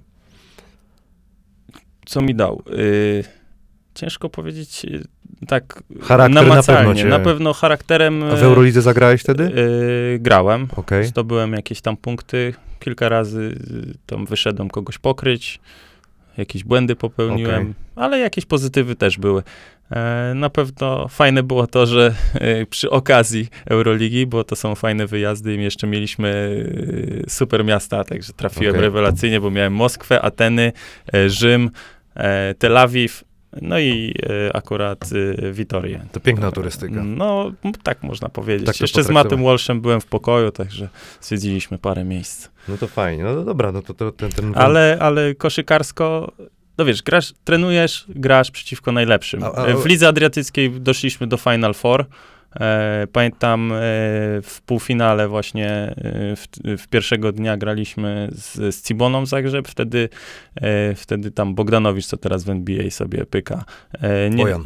Co mi dał? Yy, ciężko powiedzieć yy, tak Charakter na namacalnie. pewno cię... Na pewno charakterem... A w Eurolidze zagrałeś wtedy? Yy, grałem. Okej. Zdobyłem jakieś tam punkty. Kilka razy y, tam wyszedłem kogoś pokryć. Jakieś błędy popełniłem, Okej. ale jakieś pozytywy też były. E, na pewno fajne było to, że e, przy okazji Euroligi, bo to są fajne wyjazdy i jeszcze mieliśmy e, super miasta, także trafiłem Okej. rewelacyjnie, bo miałem Moskwę, Ateny, e, Rzym, e, Tel Awiw, no i e, akurat e, Vitorię. To piękna turystyka. No, m- tak można powiedzieć. Tak to Jeszcze z potraktować. Mattem Walshem byłem w pokoju, także zwiedziliśmy parę miejsc. No to fajnie. No to dobra, no to, to ten... ten Ale, ale koszykarsko, no wiesz, grasz, trenujesz, grasz przeciwko najlepszym. A- a- W Lidze Adriatyckiej doszliśmy do Final Four. E, pamiętam e, w półfinale właśnie e, w, w pierwszego dnia graliśmy z, z Ciboną Zagrzeb, wtedy, e, wtedy tam Bogdanowicz, co teraz w N B A sobie pyka. E, nie, Bojan. e,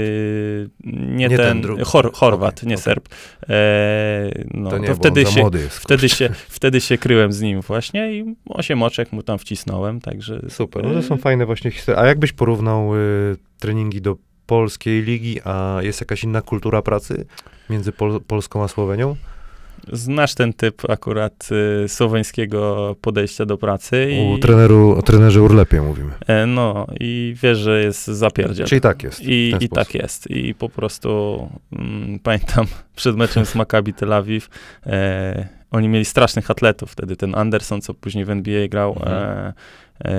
nie, Nie ten ten, drugi. Chor, Chorwat, Okej, nie okej. Serb. E, no, To nie, to bo wtedy on za się, młody jest. Wtedy się, wtedy się kryłem z nim właśnie i osiem oczek mu tam wcisnąłem, także... Super, no to są fajne właśnie historie. A jakbyś porównał y, treningi do polskiej ligi, a jest jakaś inna kultura pracy między Pol- Polską a Słowenią? Znasz ten typ akurat y, słoweńskiego podejścia do pracy U i... treneru, o trenerze Urlepie mówimy. E, no i wiesz, że jest zapierdziel. Czyli tak jest. I, w ten I sposób. tak jest. I po prostu mm, pamiętam przed meczem z Maccabi Tel Awiw, e, oni mieli strasznych atletów wtedy. Ten Anderson, co później w N B A grał, Mhm. e, e,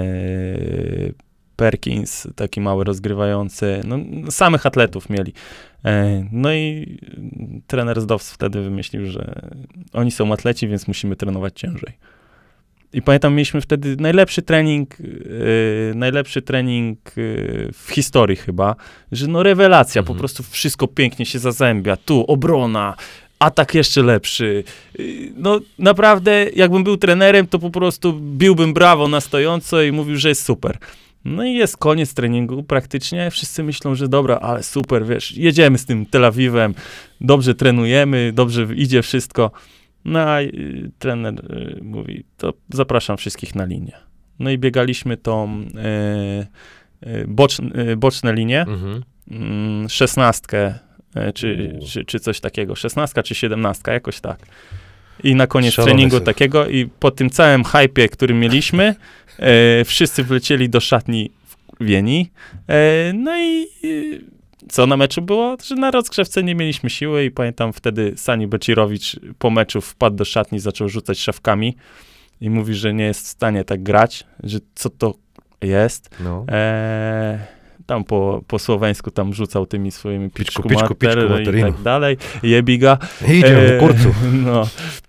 Perkins, taki mały rozgrywający. No, samych atletów mieli. E, no i trener Zdowc wtedy wymyślił, że oni są atleci, więc musimy trenować ciężej. I pamiętam, mieliśmy wtedy najlepszy trening, yy, najlepszy trening yy, w historii chyba, że no rewelacja, Mhm. po prostu wszystko pięknie się zazębia, tu obrona, atak jeszcze lepszy. Yy, no naprawdę, jakbym był trenerem, to po prostu biłbym brawo na stojąco i mówił, że jest super. No i jest koniec treningu praktycznie, wszyscy myślą, że dobra, ale super, wiesz, jedziemy z tym Tel Awiwem, dobrze trenujemy, dobrze idzie wszystko. No a y, trener y, mówi, to zapraszam wszystkich na linię. No i biegaliśmy tą, y, bocz, y, boczne linie, Mhm. mm, szesnastkę, y, czy, czy, czy coś takiego, szesnastka czy siedemnastka, jakoś tak. I na koniec Szalony treningu syf. takiego i po tym całym hypie, który mieliśmy, e, wszyscy wlecieli do szatni wkurwieni. E, no i e, co na meczu było? Że na rozgrzewce nie mieliśmy siły i pamiętam wtedy Sani Becirowicz po meczu wpadł do szatni, zaczął rzucać szafkami i mówi, że nie jest w stanie tak grać, że co to jest. No. E, tam po, po słoweńsku tam rzucał tymi swoimi Piczku, piczku, piczku, piczku, mater i materinu. tak dalej. Jebiga. Idzie E, w kurcu. No.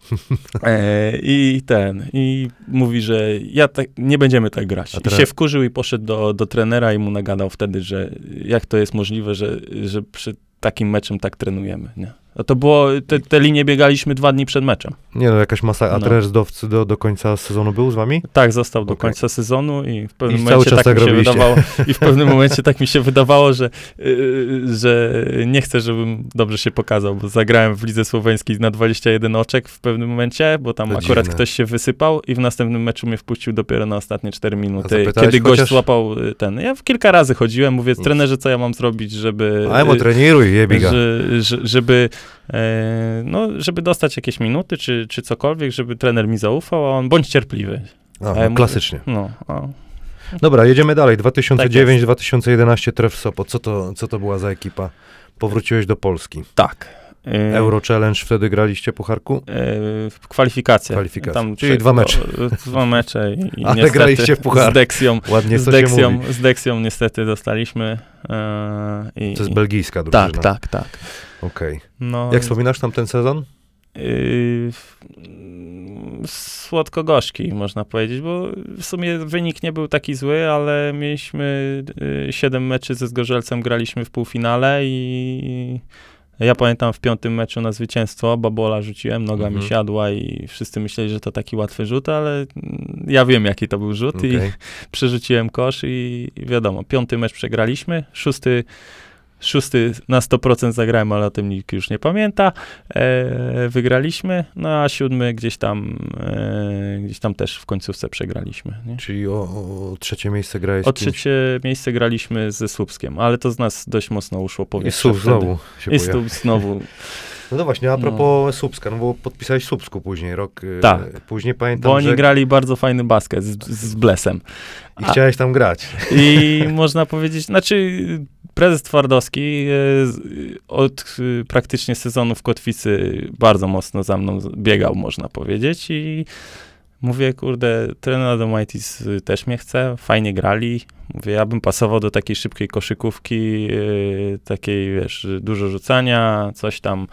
E, I ten, i mówi, że ja tak, nie będziemy tak grać. A I teraz- się wkurzył i poszedł do, do trenera i mu nagadał wtedy, że jak to jest możliwe, że, że przy takim meczem tak trenujemy, nie? A to było, te, te linie biegaliśmy dwa dni przed meczem. Nie no, jakaś masa. A No. trener Zdowcy do, do końca sezonu był z wami? Tak, został do Okej. końca sezonu i w pewnym I cały momencie czas tak, tak mi się robiliście. wydawało, i w pewnym momencie tak mi się wydawało, że, yy, że nie chcę, żebym dobrze się pokazał, bo zagrałem w lidze słoweńskiej na dwadzieścia jeden oczek w pewnym momencie, bo tam To akurat dziwne. ktoś się wysypał i w następnym meczu mnie wpuścił dopiero na ostatnie cztery minuty, zapytałeś kiedy gość chociaż- złapał y, ten. Ja w kilka razy chodziłem, mówię, Nic. trenerze, co ja mam zrobić, żeby... A emo y, treniruj, jebiga. że, że, żeby, e, no, żeby dostać jakieś minuty, czy, czy cokolwiek, żeby trener mi zaufał, a on bądź cierpliwy. A, a ja no, mówię- klasycznie. No, a, Dobra, jedziemy dalej. dwa tysiące dziewiąty Tak dwa tysiące jedenaście Tref Sopot. Co to, co to była za ekipa? Powróciłeś do Polski. tak. E, Euro Challenge wtedy graliście pucharku? e, kwalifikacje. Kwalifikacje. Tam Czyli trzech- dwa mecze. o, Dwa mecze i, i Ale niestety graliście w puchar. z Deksją, Ładnie z to się Deksją, mówi. z Deksją niestety dostaliśmy. E, i, To jest i- belgijska drużyna. Tak, tak, tak. Okej. No, Jak wspominasz tam ten sezon? Yy, słodko-gorzki, można powiedzieć, bo w sumie wynik nie był taki zły, ale mieliśmy yy, siedem meczy ze Zgorzelcem, graliśmy w półfinale i ja pamiętam w piątym meczu na zwycięstwo Babola rzuciłem, noga Mhm. mi siadła i wszyscy myśleli, że to taki łatwy rzut, ale mm, ja wiem, jaki to był rzut i Okej. przerzuciłem kosz i, i wiadomo, piąty mecz przegraliśmy, szósty Szósty na sto procent zagrałem, ale o tym nikt już nie pamięta. E, wygraliśmy, no a siódmy gdzieś tam, e, gdzieś tam też w końcówce przegraliśmy. Nie? Czyli o, o trzecie miejsce grałeś O z kimś. trzecie miejsce graliśmy ze Słupskiem, ale to z nas dość mocno uszło I powietrze Słup wtedy. znowu się I pojawił. Słup znowu. No to właśnie, a propos Słupska, no bo podpisałeś Słupsku później, rok y, Tak. później pamiętam, Bo oni że grali bardzo fajny basket z, z Blesem. i chciałeś tam grać. I można powiedzieć, znaczy prezes Twardowski e, z- od e, praktycznie sezonu w Kotwicy bardzo mocno za mną z- biegał, można powiedzieć i mówię, kurde, trener Adomaitis y, też mnie chce, fajnie grali. Mówię, ja bym pasował do takiej szybkiej koszykówki, e, takiej, wiesz, dużo rzucania, coś tam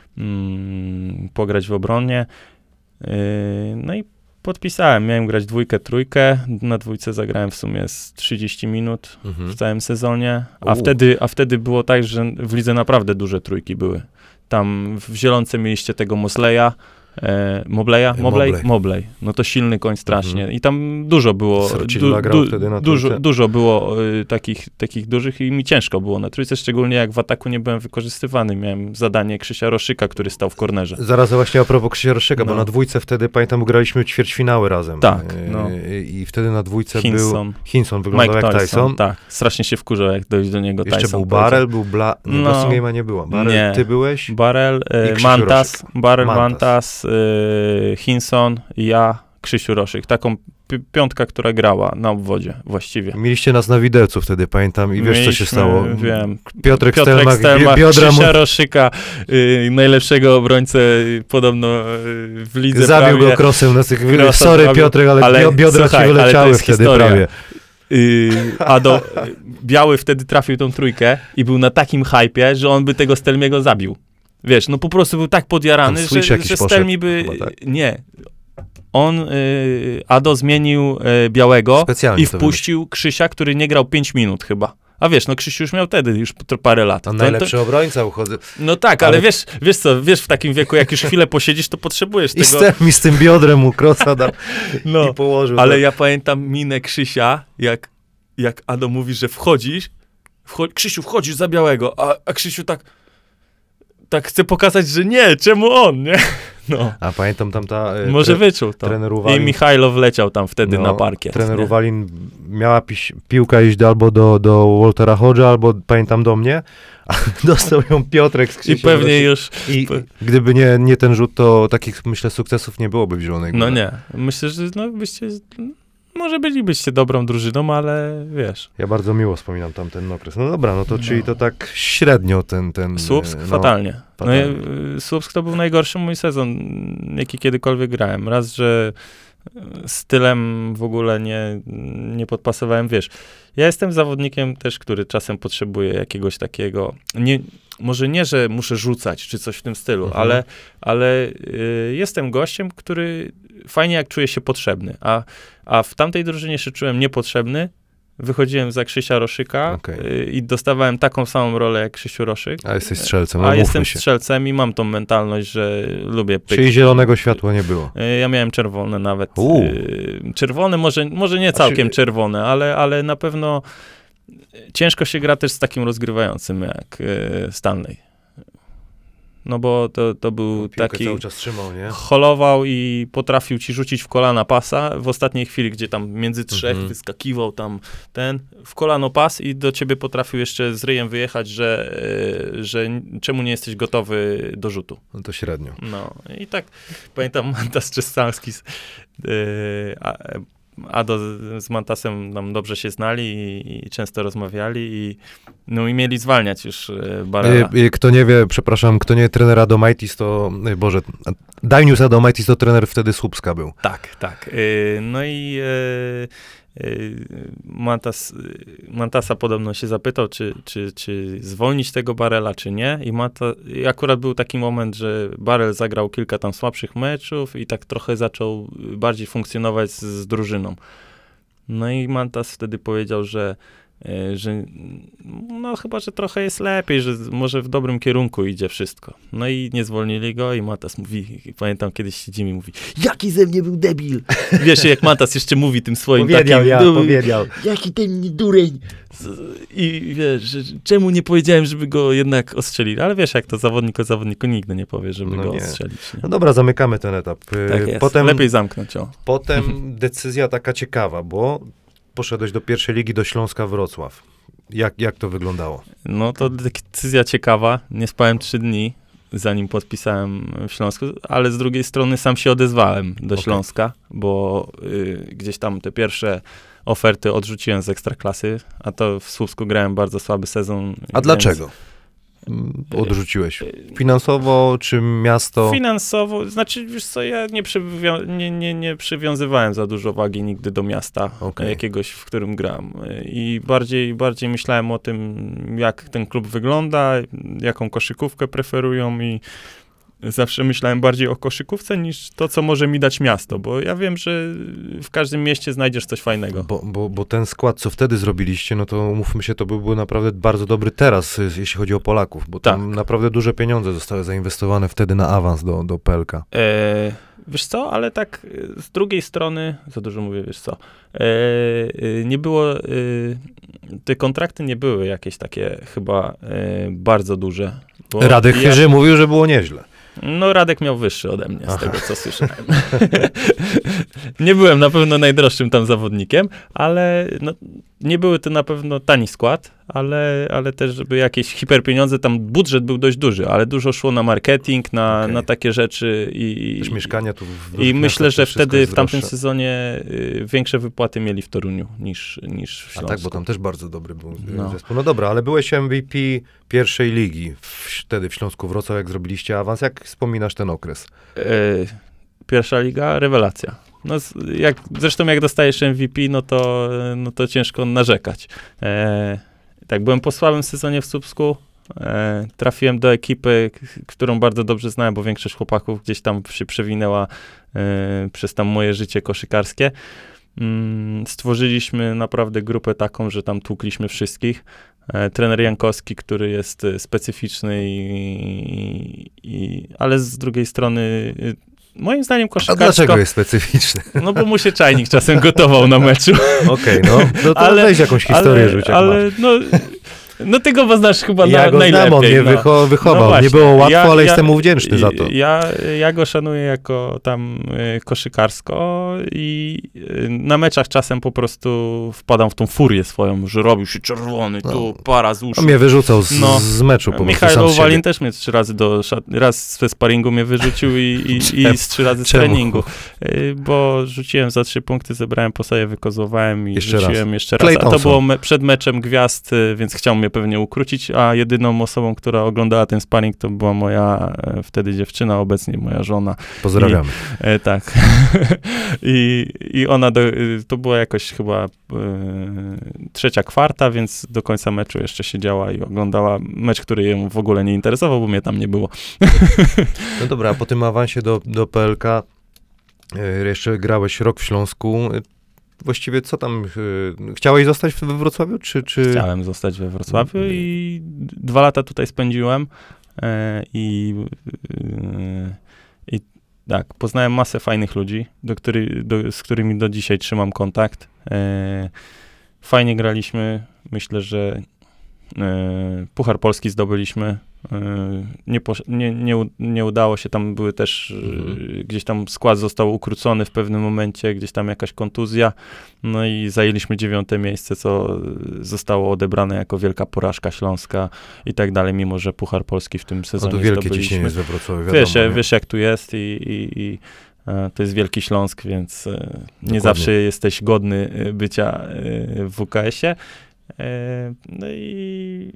mm, pograć w obronie. E, no i podpisałem, miałem grać dwójkę, trójkę, na dwójce zagrałem w sumie z trzydzieści minut Mhm. w całym sezonie, a U. wtedy, a wtedy było tak, że w lidze naprawdę duże trójki były. Tam w Zielonce mieliście tego Mosleya, e, Mobleya, E, Mobley? Mobley. Mobley. No to silny koń strasznie. Mhm. I tam dużo było, Srocilla grał wtedy na dużo, trójce. dużo było y, takich, takich dużych i mi ciężko było na trójce, szczególnie jak w ataku nie byłem wykorzystywany. Miałem zadanie Krzysia Roszyka, który stał w kornerze. Zaraz właśnie a propos Krzysia Roszyka, bo No. na dwójce wtedy, pamiętam, graliśmy ćwierćfinały razem. Tak, E, no. I wtedy na dwójce Hinson. był Hinson, wyglądał Mike jak Tyson, Tyson. tak. Strasznie się wkurzał, jak dojść do niego Jeszcze Tyson. był powiedział. Barel, był Bla... Nie, No. Blasingame'a nie było. Barel, Nie. ty byłeś? Barel, I e, Krzysiu Mantas, Barel, Mantas. Mantas, e, Hinson, ja, Krzysiu Roszyk. Taką pi- piątka, która grała na obwodzie właściwie. Mieliście nas na widelcu wtedy, pamiętam, i wiesz, co się Mieliśmy, stało. Wiem. Piotrek, Piotrek Stelmach, Stelmach, bi- biodra mu Krzysia Roszyka, y, najlepszego obrońcę y, podobno y, w lidze zabił prawie. go krosem na tych... Krosa Sorry zabił, Piotrek, ale, ale bio- biodra słuchaj, ci ale to wyleciały jest wtedy historia. prawie. Y, a do, y, Biały wtedy trafił tą trójkę i był na takim hypie, że on by tego Stelmiego zabił. Wiesz, no po prostu był tak podjarany, Tam switch że, jakiś że poszedł Stelmi by... chyba, tak? Nie. On, y, Ado zmienił y, Białego Specjalnie i to wpuścił Krzysia, który nie grał pięć minut chyba. A wiesz, no Krzysiu już miał wtedy już p- parę lat. Tam To- najlepszy obrońca uchodzę. No tak, Ale- ale, wiesz, wiesz co, wiesz w takim wieku, jak już chwilę posiedzisz, to potrzebujesz I tego. Stelmi z tym biodrem mu krosa dał No, i położył. ale tak. ja pamiętam minę Krzysia, jak, jak Ado mówi, że wchodzisz, wcho- Krzysiu, wchodzisz za Białego, a, a Krzysiu tak, tak chce pokazać, że nie, czemu on, nie? No. A pamiętam tam ta... e, Może tre- wyczuł to. trener I Uwalin- Michajlow leciał tam wtedy no, na parkiet. Trener nie? Uwalin miała piś- piłka iść do, albo do, do Waltera Hodge'a, albo pamiętam do mnie, a dostał ją Piotrek z I Krzysiem. pewnie już... I gdyby nie, nie ten rzut, to takich, myślę, sukcesów nie byłoby w Zielonej Górze. No nie. Myślę, że no byście... Może bylibyście dobrą drużyną, ale wiesz... Ja bardzo miło wspominam tamten okres. No dobra, no to No. czyli to tak średnio ten... ten Słupsk? no, Fatalnie. fatalnie. No, i, Słupsk to był najgorszy mój sezon, jaki kiedykolwiek grałem. Raz, że stylem w ogóle nie, nie podpasowałem, wiesz. Ja jestem zawodnikiem też, który czasem potrzebuje jakiegoś takiego, nie, może nie, że muszę rzucać, czy coś w tym stylu, Mhm. ale, ale y, jestem gościem, który fajnie jak czuje się potrzebny, a, a w tamtej drużynie się czułem niepotrzebny. Wychodziłem za Krzysia Roszyka Okej. y, i dostawałem taką samą rolę jak Krzysiu Roszyk. A jesteś strzelcem, no A mówmy jestem się. strzelcem i mam tą mentalność, że lubię pyk. Czyli zielonego światła nie było. Y, Ja miałem czerwone nawet. U. Y, Czerwone, może, może nie całkiem czy- czerwone, ale, ale na pewno ciężko się gra też z takim rozgrywającym jak y, Stanley. No bo to, to był Piłkę taki... cały czas trzymał, nie? holował i potrafił ci rzucić w kolana pasa w ostatniej chwili, gdzie tam między trzech Mhm. wyskakiwał tam ten, w kolano pas i do ciebie potrafił jeszcze z ryjem wyjechać, że, e, że czemu nie jesteś gotowy do rzutu. No to średnio. No i tak pamiętam Mantas Czestalski, z, e, a, Ado z Mantasem nam dobrze się znali i, i często rozmawiali i no i mieli zwalniać już e, Barela. Y, y, Kto nie wie, przepraszam, kto nie trener Adomaitis, to, y, Boże, Dainius Adomaitis to trener wtedy Słupska był. Tak, tak. Y, No i y, y, Mantas, y, Mantasa podobno się zapytał, czy, czy, czy zwolnić tego Barela, czy nie. I, Manta, I akurat był taki moment, że Barel zagrał kilka tam słabszych meczów i tak trochę zaczął bardziej funkcjonować z, z drużyną. No i Mantas wtedy powiedział, że y, że no chyba, że trochę jest lepiej, że może w dobrym kierunku idzie wszystko. No i nie zwolnili go i Mantas mówi, pamiętam kiedyś siedzimy i mówi, jaki ze mnie był debil. Wiesz, jak Mantas jeszcze mówi tym swoim Powiedział, takim, ja, no, powiedział. jaki ten dureń. I wiesz, że, czemu nie powiedziałem, żeby go jednak ostrzelili. Ale wiesz, jak to zawodnik o zawodniku nigdy nie powie, żeby No go nie. ostrzelić. Nie? No dobra, zamykamy ten etap. Y, Tak jest. Potem, Lepiej zamknąć, o. potem decyzja taka ciekawa, bo poszedłeś do pierwszej ligi, do Śląska Wrocław. Jak, jak to wyglądało? No to decyzja ciekawa. Nie spałem trzy dni, zanim podpisałem w Śląsku, ale z drugiej strony sam się odezwałem do Okej. Śląska, bo y, gdzieś tam te pierwsze oferty odrzuciłem z Ekstraklasy, a to w Słupsku grałem bardzo słaby sezon. A więc dlaczego? Mm, Odrzuciłeś. Finansowo, czy miasto? Finansowo, znaczy wiesz co, ja nie, przywią- nie, nie, nie przywiązywałem za dużo wagi nigdy do miasta Okej. jakiegoś, w którym gram. I bardziej, bardziej myślałem o tym, jak ten klub wygląda, jaką koszykówkę preferują i zawsze myślałem bardziej o koszykówce niż to, co może mi dać miasto, bo ja wiem, że w każdym mieście znajdziesz coś fajnego. Bo, bo, bo ten skład, co wtedy zrobiliście, no to umówmy się, to by był naprawdę bardzo dobry teraz, y, jeśli chodzi o Polaków, bo tam Tak. naprawdę duże pieniądze zostały zainwestowane wtedy na awans do, do P L K. E, wiesz co, ale tak e, z drugiej strony, za dużo mówię, wiesz co, e, e, nie było, e, te kontrakty nie były jakieś takie chyba e, bardzo duże. bo Radek ja- Chyży mówił, że było nieźle. No Radek miał wyższy ode mnie, z Aha. tego co słyszałem. Nie byłem na pewno najdroższym tam zawodnikiem, ale no, nie były to na pewno tani skład, ale, ale też, żeby jakieś hiperpieniądze, tam budżet był dość duży, ale dużo szło na marketing, na, Okej. na takie rzeczy i, Też mieszkania tu w i dużych myślę, miastach że to wszystko wtedy jest w tamtym droższe. sezonie y, większe wypłaty mieli w Toruniu niż, niż w A Śląsku. tak, bo tam też bardzo dobry był y, No. zespół. No dobra, ale byłeś M V P pierwszej ligi, w, wtedy w Śląsku Wrocław, jak zrobiliście awans. Jak wspominasz ten okres? E, Pierwsza liga, rewelacja. No, z- jak, zresztą jak dostajesz M V P, no to, no to ciężko narzekać. E, tak, byłem po słabym sezonie w Słupsku, e, trafiłem do ekipy, k- którą bardzo dobrze znałem, bo większość chłopaków gdzieś tam się przewinęła e, przez tam moje życie koszykarskie. Mm, stworzyliśmy naprawdę grupę taką, że tam tłukliśmy wszystkich. E, trener Jankowski, który jest e, specyficzny, i, i, ale z drugiej strony y, moim zdaniem A koszykarsko... dlaczego jest specyficzny? No bo mu się czajnik czasem gotował na meczu. Okej, no, no to Ale- weź jakąś historię ale, rzuć, jak ale masz. no, No ty go poznasz chyba Ja na, go najlepiej. znam, on mnie no. wycho- wychował. No właśnie. Nie było łatwo, Ja- ale ja- jestem mu wdzięczny za to. Ja, ja go szanuję jako tam y, koszykarsko i y, na meczach czasem po prostu wpadam w tą furię swoją, że robił się czerwony, No. tu para z On uszu. mnie wyrzucał z, No. z meczu po prostu Michał sam z siebie. Walin też mnie trzy razy do szat... raz ze sparingu mnie wyrzucił i, i, i z trzy razy z Czemu? treningu, y, bo rzuciłem za trzy punkty, zebrałem po sobie, wykozowałem i Jeszcze rzuciłem raz. jeszcze Klay raz. A to Thompson. było me- przed meczem gwiazd, y, więc chciał mnie pewnie ukrócić, a jedyną osobą, która oglądała ten sparing, to była moja e, wtedy dziewczyna, obecnie moja żona. Pozdrawiamy. E, tak. I, I ona, do, y, to była jakoś chyba e, trzecia kwarta, więc do końca meczu jeszcze siedziała i oglądała mecz, który ją w ogóle nie interesował, bo mnie tam nie było. No dobra, a po tym awansie do, do P L K y, jeszcze grałeś rok w Śląsku. Y, Właściwie co tam, y, chciałeś zostać we Wrocławiu, czy... czy... Chciałem zostać we Wrocławiu i dwa lata tutaj spędziłem e, i, e, i tak, poznałem masę fajnych ludzi, do który, do, z którymi do dzisiaj trzymam kontakt. E, fajnie graliśmy, myślę, że e, Puchar Polski zdobyliśmy. E, nie, posz- nie, nie, u- nie udało się, tam były też, Mhm. e, gdzieś tam skład został ukrócony w pewnym momencie, gdzieś tam jakaś kontuzja, no i zajęliśmy dziewiąte miejsce, co e, zostało odebrane jako wielka porażka Śląska i tak dalej, mimo że Puchar Polski w tym No sezonie to wielkie zdobyliśmy. ciśnienie jest we Wrocławiu, wiadomo. Wiesz, nie? wiesz jak tu jest i, i, i e, to jest Wielki Śląsk, więc e, nie Dokładnie. zawsze jesteś godny e, bycia e, w W K S ie. E, no i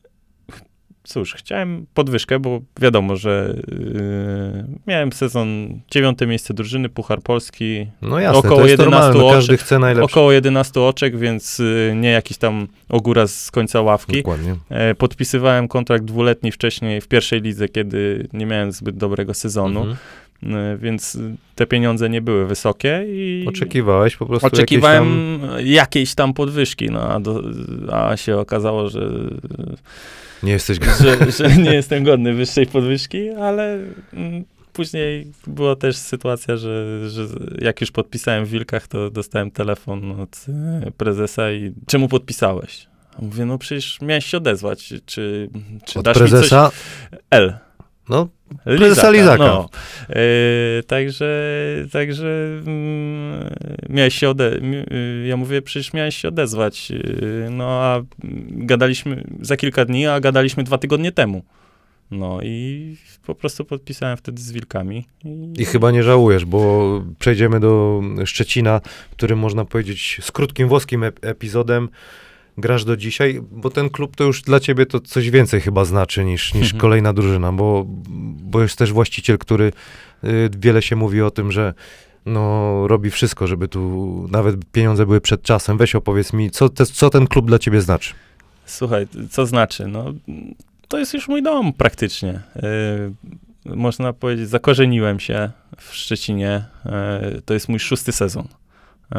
cóż, chciałem podwyżkę, bo wiadomo, że e, miałem sezon dziewiąte miejsce drużyny, Puchar Polski, No jasne, około to jest normalne, jedenastu no każdy chce najlepsze. około jedenastu oczek, więc y, nie jakiś tam ogóraz z końca ławki. Dokładnie. E, podpisywałem kontrakt dwuletni wcześniej w pierwszej lidze, kiedy nie miałem zbyt dobrego sezonu, Mhm. e, więc te pieniądze nie były wysokie i Oczekiwałeś po prostu oczekiwałem jakieś tam... jakiejś tam podwyżki, no, a, do, a się okazało, że, Nie jesteś... że, że nie jestem godny wyższej podwyżki, ale mm, później była też sytuacja, że, że jak już podpisałem w Wilkach, to dostałem telefon od e, prezesa i czemu podpisałeś? A mówię, no przecież miałeś się odezwać, czy, czy Od dasz prezesa? mi coś? L. No, prezesa Lizaka. No. E, także, także mm, miałeś się ode... mi- y, ja mówię, przecież miałeś się odezwać. y, No a gadaliśmy za kilka dni, a gadaliśmy dwa tygodnie temu. No i po prostu podpisałem wtedy z Wilkami. I, I chyba nie żałujesz, bo przejdziemy do Szczecina, którym można powiedzieć z krótkim włoskim ep- epizodem grasz do dzisiaj, bo ten klub to już dla ciebie to coś więcej chyba znaczy niż, niż Mhm. kolejna drużyna, bo, bo jest też właściciel, który y, wiele się mówi o tym, że no, robi wszystko, żeby tu nawet pieniądze były przed czasem. Weź opowiedz mi, co, te, co ten klub dla ciebie znaczy? Słuchaj, co znaczy? No, to jest już mój dom praktycznie. Y, można powiedzieć, zakorzeniłem się w Szczecinie. Y, to jest mój szósty sezon. Y,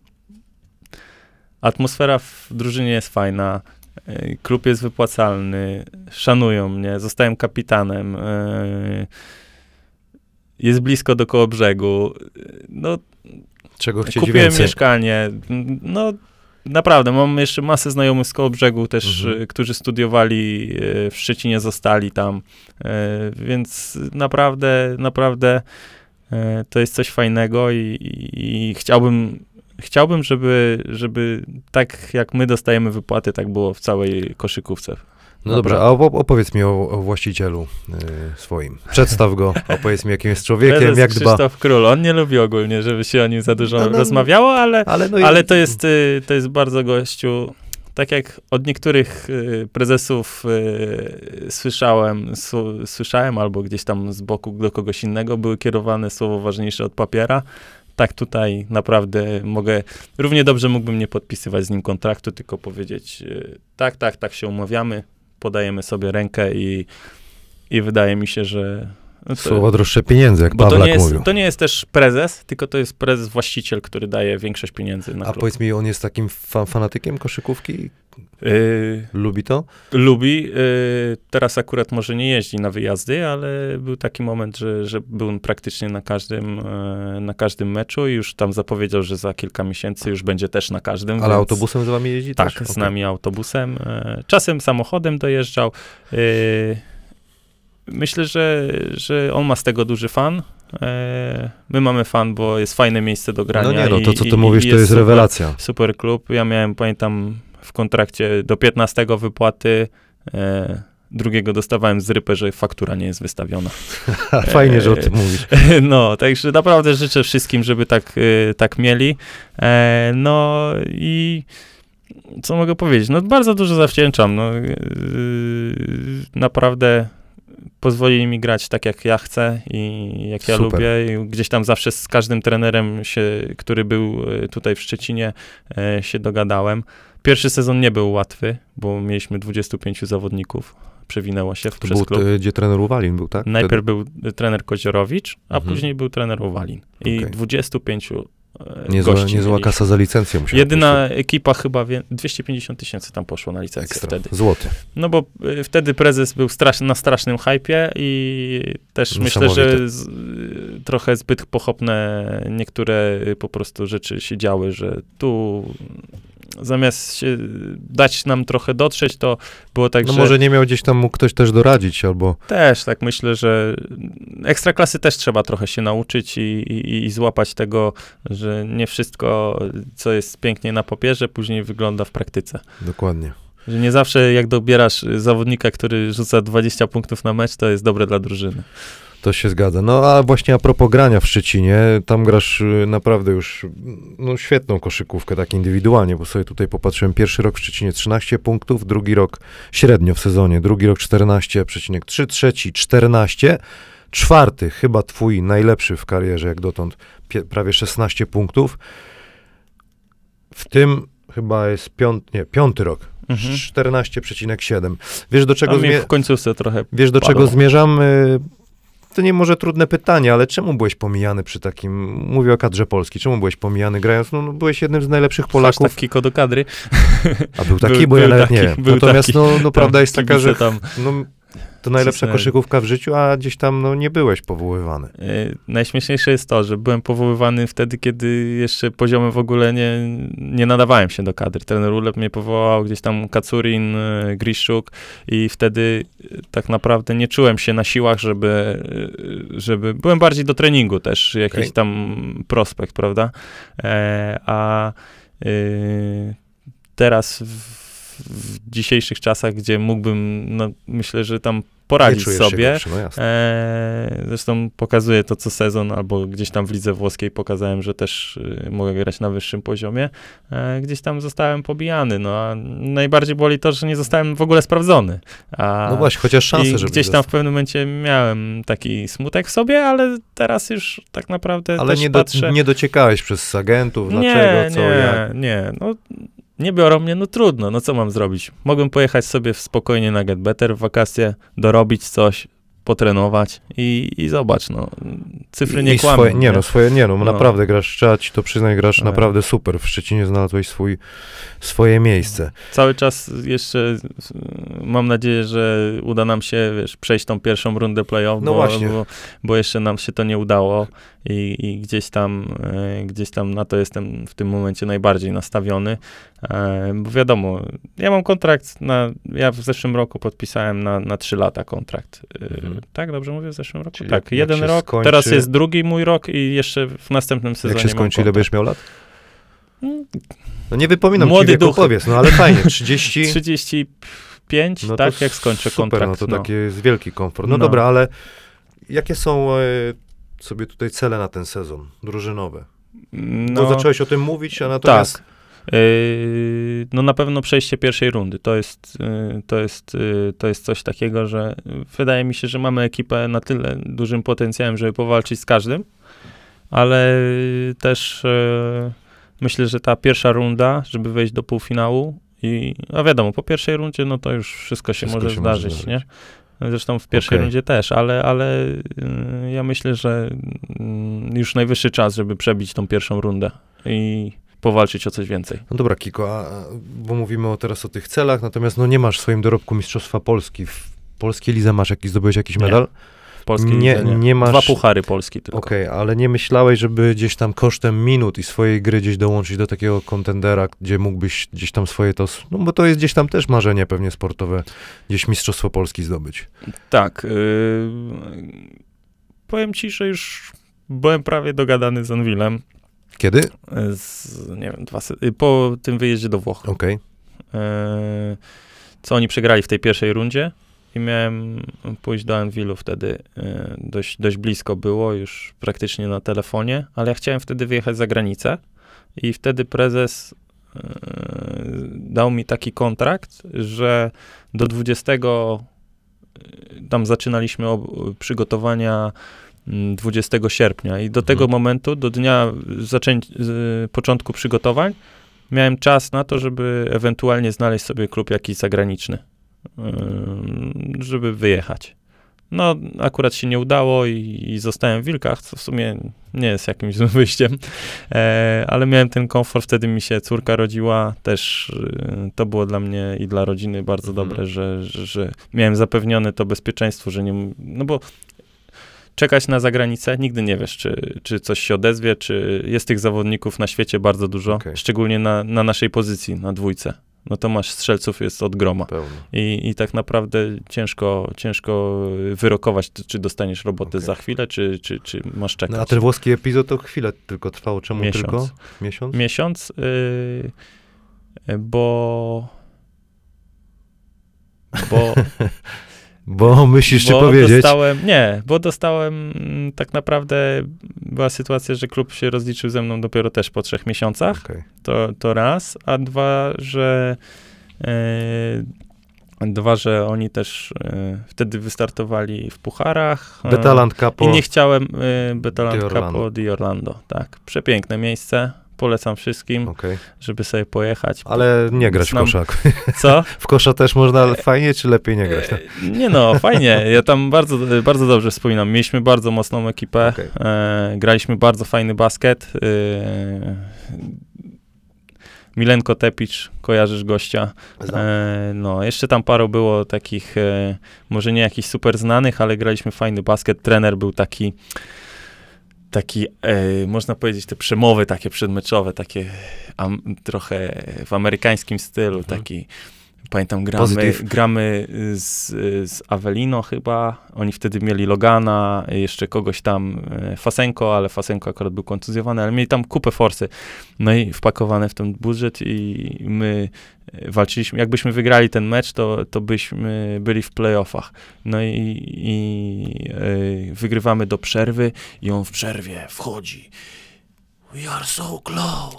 atmosfera w drużynie jest fajna. y, Klub jest wypłacalny. Szanują mnie. Zostałem kapitanem. y, Jest blisko do Kołobrzegu. y, No, Czego chcieć kupiłem więcej? mieszkanie. No, naprawdę, mam jeszcze masę znajomych z Kołobrzegu też, Mhm. y, którzy studiowali y, w Szczecinie, zostali tam. Y, Więc naprawdę, naprawdę y, to jest coś fajnego i, i, i chciałbym, chciałbym, żeby, żeby tak jak my dostajemy wypłaty, tak było w całej koszykówce. No dobrze, a op- opowiedz mi o, o właścicielu y, swoim. Przedstaw go, opowiedz mi, jakim jest człowiekiem, Prezes jak dba. Krzysztof Król, on nie lubi ogólnie, żeby się o nim za dużo No, no, rozmawiało, ale Ale, no i- Ale to jest, y, to jest bardzo gościu, tak jak od niektórych y, prezesów y, słyszałem, su, słyszałem albo gdzieś tam z boku do kogoś innego były kierowane słowo ważniejsze od papiera, tak tutaj naprawdę mogę, równie dobrze mógłbym nie podpisywać z nim kontraktu, tylko powiedzieć y, tak, tak, tak się umawiamy, podajemy sobie rękę i, i wydaje mi się, że... no to- Słowa droższe pieniędzy, jak bo to Pawlak nie, jest, mówił. to nie jest też prezes, tylko to jest prezes, właściciel, który daje większość pieniędzy na A klub. powiedz mi, on jest takim fa- fanatykiem koszykówki? Yy, Lubi to? lubi. Yy, teraz akurat może nie jeździ na wyjazdy, ale był taki moment, że, że był praktycznie na każdym, yy, na każdym meczu i już tam zapowiedział, że za kilka miesięcy już będzie też na każdym. Ale więc... autobusem z wami jeździ Tak, też? z Okej. nami autobusem. Yy, czasem samochodem dojeżdżał. Yy, myślę, że, że on ma z tego duży fan. E, My mamy fan, bo jest fajne miejsce do grania. No nie, no i- to co i- ty i mówisz, to jest super, rewelacja. Super klub. Ja miałem, pamiętam, w kontrakcie do piętnastego wypłaty, e, drugiego dostawałem zrypę, że faktura nie jest wystawiona. Fajnie, że o tym mówisz. No, także naprawdę życzę wszystkim, żeby tak, e, tak mieli. E, no i co mogę powiedzieć? No bardzo dużo zawdzięczam. No, e, naprawdę pozwolili mi grać tak, jak ja chcę i jak ja Super. lubię. I gdzieś tam zawsze z każdym trenerem, się, który był e, tutaj w Szczecinie, e, się dogadałem. Pierwszy sezon nie był łatwy, bo mieliśmy dwudziestu pięciu zawodników. Przewinęło się w To przez był, klub. te, gdzie trener Uwalin był, tak? Najpierw był trener Koziorowicz, a Mhm. później był trener Uwalin. I Okej. dwudziestu pięciu e, Niezła, gości niezła mieliśmy. kasa za licencję musiała Jedyna ekipa chyba, wie, dwieście pięćdziesiąt tysięcy tam poszło na pójść. licencję Ekstra. wtedy. Złoty. No bo y, wtedy prezes był strasz, na strasznym hypie i też myślę, że z, y, trochę zbyt pochopne niektóre y, po prostu rzeczy się działy, że tu zamiast się dać nam trochę dotrzeć, to było tak, No że może nie miał gdzieś tam, mógł ktoś też doradzić, albo... też tak myślę, że ekstraklasy też trzeba trochę się nauczyć i, i, i złapać tego, że nie wszystko, co jest pięknie na papierze, później wygląda w praktyce. Dokładnie. Że nie zawsze jak dobierasz zawodnika, który rzuca dwadzieścia punktów na mecz, to jest dobre dla drużyny. To się zgadza. No a właśnie a propos grania w Szczecinie, tam grasz y, naprawdę już no, świetną koszykówkę, tak indywidualnie, bo sobie tutaj popatrzyłem, pierwszy rok w Szczecinie trzynaście punktów, drugi rok średnio w sezonie, drugi rok czternaście przecinek trzy, trzeci czternaście, czwarty, chyba twój najlepszy w karierze jak dotąd, pie, prawie szesnaście punktów. W tym chyba jest piąt, nie, piąty rok, Mhm. czternaście przecinek siedem. Wiesz do czego, Tam mnie zmie- w końcówce trochę wiesz, do czego padło. zmierzam? Y, To nie może trudne pytanie, ale czemu byłeś pomijany przy takim, mówię o kadrze Polski, czemu byłeś pomijany grając, no, no byłeś jednym z najlepszych Polaków, Hashtag Kiko do kadry. a był taki, Był- bo ja był nawet taki, nie wiem. był Natomiast taki. no, no prawda Tam jest taka, że kibice tam no, to najlepsza cisnęli. koszykówka w życiu, a gdzieś tam no, nie byłeś powoływany. Y, Najśmieszniejsze jest to, że byłem powoływany wtedy, kiedy jeszcze poziomem w ogóle nie, nie nadawałem się do kadry. Trener Ulep mnie powołał, gdzieś tam Kacurin, y, Griszczuk i wtedy y, tak naprawdę nie czułem się na siłach, żeby, y, żeby... Byłem bardziej do treningu też, jakiś Okej. tam prospekt, prawda? E, a y, teraz w, w dzisiejszych czasach, gdzie mógłbym, no myślę, że tam Nie poradzić czujesz się sobie, gorszy, no jasne. Eee, zresztą pokazuję to co sezon, albo gdzieś tam w lidze włoskiej pokazałem, że też y, mogę grać na wyższym poziomie. Eee, gdzieś tam zostałem pobijany, no a najbardziej boli to, że nie zostałem w ogóle sprawdzony. A, No właśnie, chociaż szansę, i żeby gdzieś tam w pewnym momencie miałem taki smutek w sobie, ale teraz już tak naprawdę Ale też nie, do, patrzę... nie dociekałeś przez agentów, dlaczego, nie, co, nie, jak. nie, no nie biorą mnie, no trudno, no co mam zrobić? Mogłem pojechać sobie spokojnie na Get Better w wakacje, dorobić coś, potrenować i, i zobacz, no, cyfry nie I kłamią. swoje, nie, no, swoje, nie no, No. naprawdę grasz, trzeba ci to przyznać, grasz No. naprawdę super. W Szczecinie znalazłeś swój, swoje miejsce. Cały czas jeszcze y, mam nadzieję, że uda nam się, wiesz, przejść tą pierwszą rundę playoff, No bo, właśnie. bo, bo jeszcze nam się to nie udało i, i gdzieś tam, e, gdzieś tam na to jestem w tym momencie najbardziej nastawiony, e, bo wiadomo, ja mam kontrakt na, ja w zeszłym roku podpisałem na, na trzy lata kontrakt. E, Mhm. Tak, dobrze mówię, w zeszłym roku? Czyli tak, jak- jak jeden się rok, skończy- teraz jest drugi mój rok i jeszcze w następnym sezonie Jak się mam skończy, ile kontrakt. będziesz miał lat? Mm, No nie wypominam Młody ci wieku, duch. powiedz, no ale fajnie, trzydzieści... trzydzieści pięć, No tak, to jak skończę super, kontrakt. no to no. taki jest wielki komfort. No, No. dobra, ale jakie są e, sobie tutaj cele na ten sezon, drużynowe? No, No, zacząłeś o tym mówić, a natomiast... tak. Yy, no na pewno przejście pierwszej rundy. To jest, yy, to jest, yy, to jest coś takiego, że wydaje mi się, że mamy ekipę na tyle dużym potencjałem, żeby powalczyć z każdym, ale też yy, myślę, że ta pierwsza runda, żeby wejść do półfinału i, a wiadomo, po pierwszej rundzie, no to już wszystko się Wszystko może się może zdarzyć, zdarzyć. nie? Zresztą w pierwszej Okej. rundzie też, ale, ale yy, ja myślę, że yy, już najwyższy czas, żeby przebić tą pierwszą rundę i powalczyć o coś więcej. No dobra, Kiko, a, bo mówimy o, teraz o tych celach, natomiast no nie masz w swoim dorobku Mistrzostwa Polski. W polskiej lidze masz jakiś, zdobyłeś jakiś Nie. medal? W polskiej Nie- lidze nie. nie masz- Dwa puchary Polski tylko. Okej, ale nie myślałeś, żeby gdzieś tam kosztem minut i swojej gry gdzieś dołączyć do takiego kontendera, gdzie mógłbyś gdzieś tam swoje to, no bo to jest gdzieś tam też marzenie pewnie sportowe, gdzieś Mistrzostwo Polski zdobyć. Tak. Yy, powiem ci, że już byłem prawie dogadany z Anwilem. Kiedy? Z, nie wiem, dwa, se- po tym wyjeździe do Włoch. Okej. Yy, co oni przegrali w tej pierwszej rundzie i miałem pójść do Anwilu wtedy. Yy, dość, dość blisko było, już praktycznie na telefonie, ale ja chciałem wtedy wyjechać za granicę i wtedy prezes yy, dał mi taki kontrakt, że do dwudziestego tam zaczynaliśmy ob, przygotowania mm, dwudziestego sierpnia i do Mhm. tego momentu, do dnia zaczęć, z, początku przygotowań, miałem czas na to, żeby ewentualnie znaleźć sobie klub jakiś zagraniczny, ym, żeby wyjechać. No, akurat się nie udało i, i zostałem w Wilkach, co w sumie nie jest jakimś złym wyjściem, e, ale miałem ten komfort, wtedy mi się córka rodziła, też y, to było dla mnie i dla rodziny bardzo Mhm. dobre, że, że, że miałem zapewnione to bezpieczeństwo, że nie, no bo czekać na zagranicę, nigdy nie wiesz, czy, czy coś się odezwie, czy jest tych zawodników na świecie bardzo dużo, Okej. szczególnie na, na naszej pozycji, na dwójce. No to masz strzelców, jest od groma. Pełno. I, I tak naprawdę ciężko, ciężko wyrokować, czy- czy dostaniesz robotę Okej. za chwilę, czy, czy, czy masz czekać. No, a ten włoski epizod to chwilę tylko trwało. Czemu Miesiąc. tylko? Miesiąc? Miesiąc, yy, bo... Bo, Bo myślisz, czy bo powiedzieć? dostałem, nie, bo dostałem, mm, tak naprawdę była sytuacja, że klub się rozliczył ze mną dopiero też po trzech miesiącach, Okej. to, to raz, a dwa, że yy, dwa, że oni też yy, wtedy wystartowali w pucharach. yy, Betaland Capo. I nie chciałem y, Betaland Di Orlando. Capo di Orlando, tak. Przepiękne miejsce, polecam wszystkim, Okej. żeby sobie pojechać. Ale nie grać w Znam- kosza. Co? W kosza też można fajnie, czy lepiej nie grać? E, Nie no, fajnie, ja tam bardzo, bardzo dobrze wspominam. Mieliśmy bardzo mocną ekipę, Okej. e, graliśmy bardzo fajny basket. E, Milenko Tepic, kojarzysz gościa. Znam. E, no, jeszcze tam paru było takich, e, może nie jakichś super znanych, ale graliśmy fajny basket. Trener był taki, taki, e, można powiedzieć, te przemowy takie przedmeczowe, takie am, trochę w amerykańskim stylu, Mhm. taki, pamiętam, gramy, Pozytyw. gramy z, z Avelino chyba, oni wtedy mieli Logana, jeszcze kogoś tam, e, Fasenko, ale Fasenko akurat był kontuzjowany, ale mieli tam kupę forsy. No i wpakowane w ten budżet i my e, walczyliśmy, jakbyśmy wygrali ten mecz, to, to byśmy byli w playoffach. No i, i e, wygrywamy do przerwy i on w przerwie wchodzi. We are so close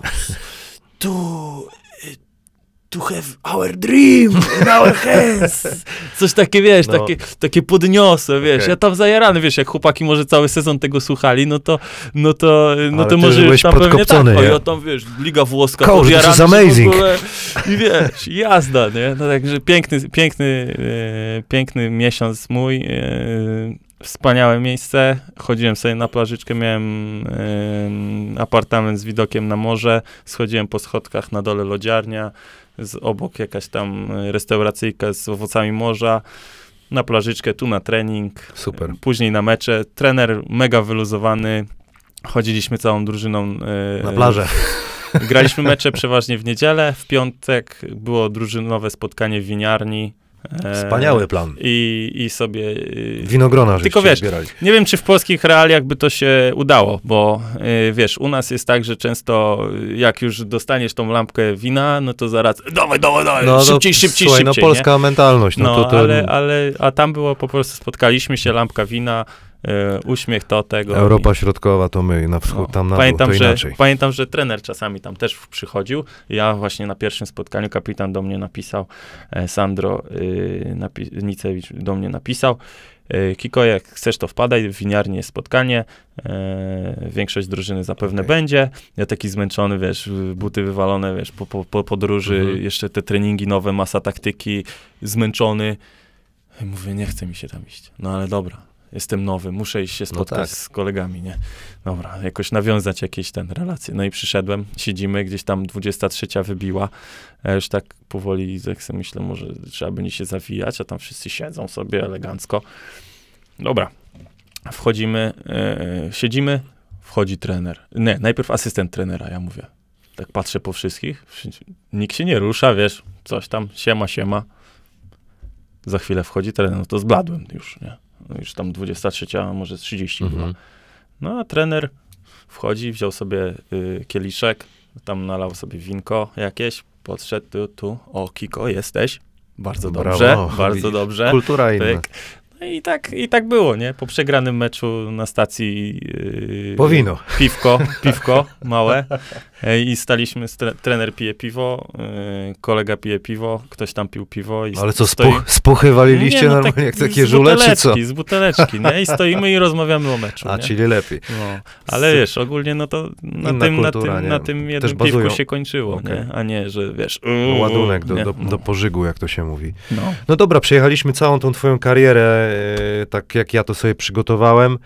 to to have our dream in our hands. Coś takie, wiesz, No. takie, takie podniosłe, wiesz. Okej. Ja tam zajarany, wiesz, jak chłopaki może cały sezon tego słuchali, no to, no to, no Ale to ty może już byłeś tam pewnie tak. podkopcony, O, nie? ja tam, wiesz, Liga Włoska, Coach, this podjarany is się w amazing. ogóle. I wiesz, jazda, nie? No także piękny, piękny, e, piękny miesiąc mój. E, Wspaniałe miejsce. Chodziłem sobie na plażyczkę, miałem e, apartament z widokiem na morze. Schodziłem po schodkach, na dole lodziarnia, z obok jakaś tam restauracyjka z owocami morza. Na plażyczkę, tu na trening. Super. Później na mecze. Trener mega wyluzowany. Chodziliśmy całą drużyną. e, Na plażę. Graliśmy mecze przeważnie w niedzielę. W piątek było drużynowe spotkanie w winiarni. E, Wspaniały plan. I, i sobie... y, Winogrona, Tylko żeście wiesz, zbierali. Nie wiem, czy w polskich realiach by to się udało, bo y, wiesz, u nas jest tak, że często y, jak już dostaniesz tą lampkę wina, no to zaraz dawaj, dawaj, dawaj, No, szybciej, no, szybciej, słuchaj, szybciej, no polska mentalność. No, No, to, to ale, ale, a tam było po prostu, spotkaliśmy się, lampka wina, y, uśmiech to tego. Europa i- Środkowa to my, na wschód, no. tam na pamiętam, dół, to że, inaczej. pamiętam, że trener czasami tam też przychodził. Ja właśnie na pierwszym spotkaniu kapitan do mnie napisał, e, Sandro y, napi- Nicewicz do mnie napisał, e, Kiko, jak chcesz, to wpadaj, w winiarni jest spotkanie, e, większość drużyny zapewne Okej. będzie. Ja taki zmęczony, wiesz, buty wywalone, wiesz, po, po, po podróży, Mhm. jeszcze te treningi nowe, masa taktyki, zmęczony. I mówię, nie chce mi się tam iść. No ale dobra. jestem nowy, muszę iść się spotkać tak. z kolegami, nie? Dobra, jakoś nawiązać jakieś ten relacje. No i przyszedłem, siedzimy, gdzieś tam dwudziesta trzecia wybiła. Ja już tak powoli, jak sobie myślę, może trzeba będzie się zawijać, a tam wszyscy siedzą sobie elegancko. Dobra, wchodzimy, e, siedzimy, wchodzi trener. Nie, najpierw asystent trenera, ja mówię. Tak patrzę po wszystkich, nikt się nie rusza, wiesz, coś tam, siema, siema. Za chwilę wchodzi trener, no to zbladłem już, nie? No już tam dwudziesta trzecia, może trzydzieści Mhm. była. No a trener wchodzi, wziął sobie y, kieliszek, tam nalał sobie winko jakieś, podszedł tu, tu, o Kiko, jesteś? Bardzo Brawo, dobrze, widzisz, bardzo dobrze. Kultura inna. Pyk. No i tak, i tak było, nie? Po przegranym meczu na stacji yy, Po wino. piwko, piwko małe yy, i staliśmy, stre, trener pije piwo, yy, kolega pije piwo, ktoś tam pił piwo. I Ale co, stoi... spuch, spuchy waliliście Nie, no normalnie tak jak takie z żule, czy co? buteleczki, z buteleczki, nie? I stoimy i rozmawiamy o meczu, A, nie? czyli lepiej. No, ale wiesz, ogólnie no to na Inna tym, na kultura, tym, nie? na tym jednym Też bazują. piwku się kończyło, Okej. nie? A nie, że wiesz... Ładunek do, nie? do, do pożygu, jak to się mówi. No. No dobra, przejechaliśmy całą tą twoją karierę, e, tak jak ja to sobie przygotowałem.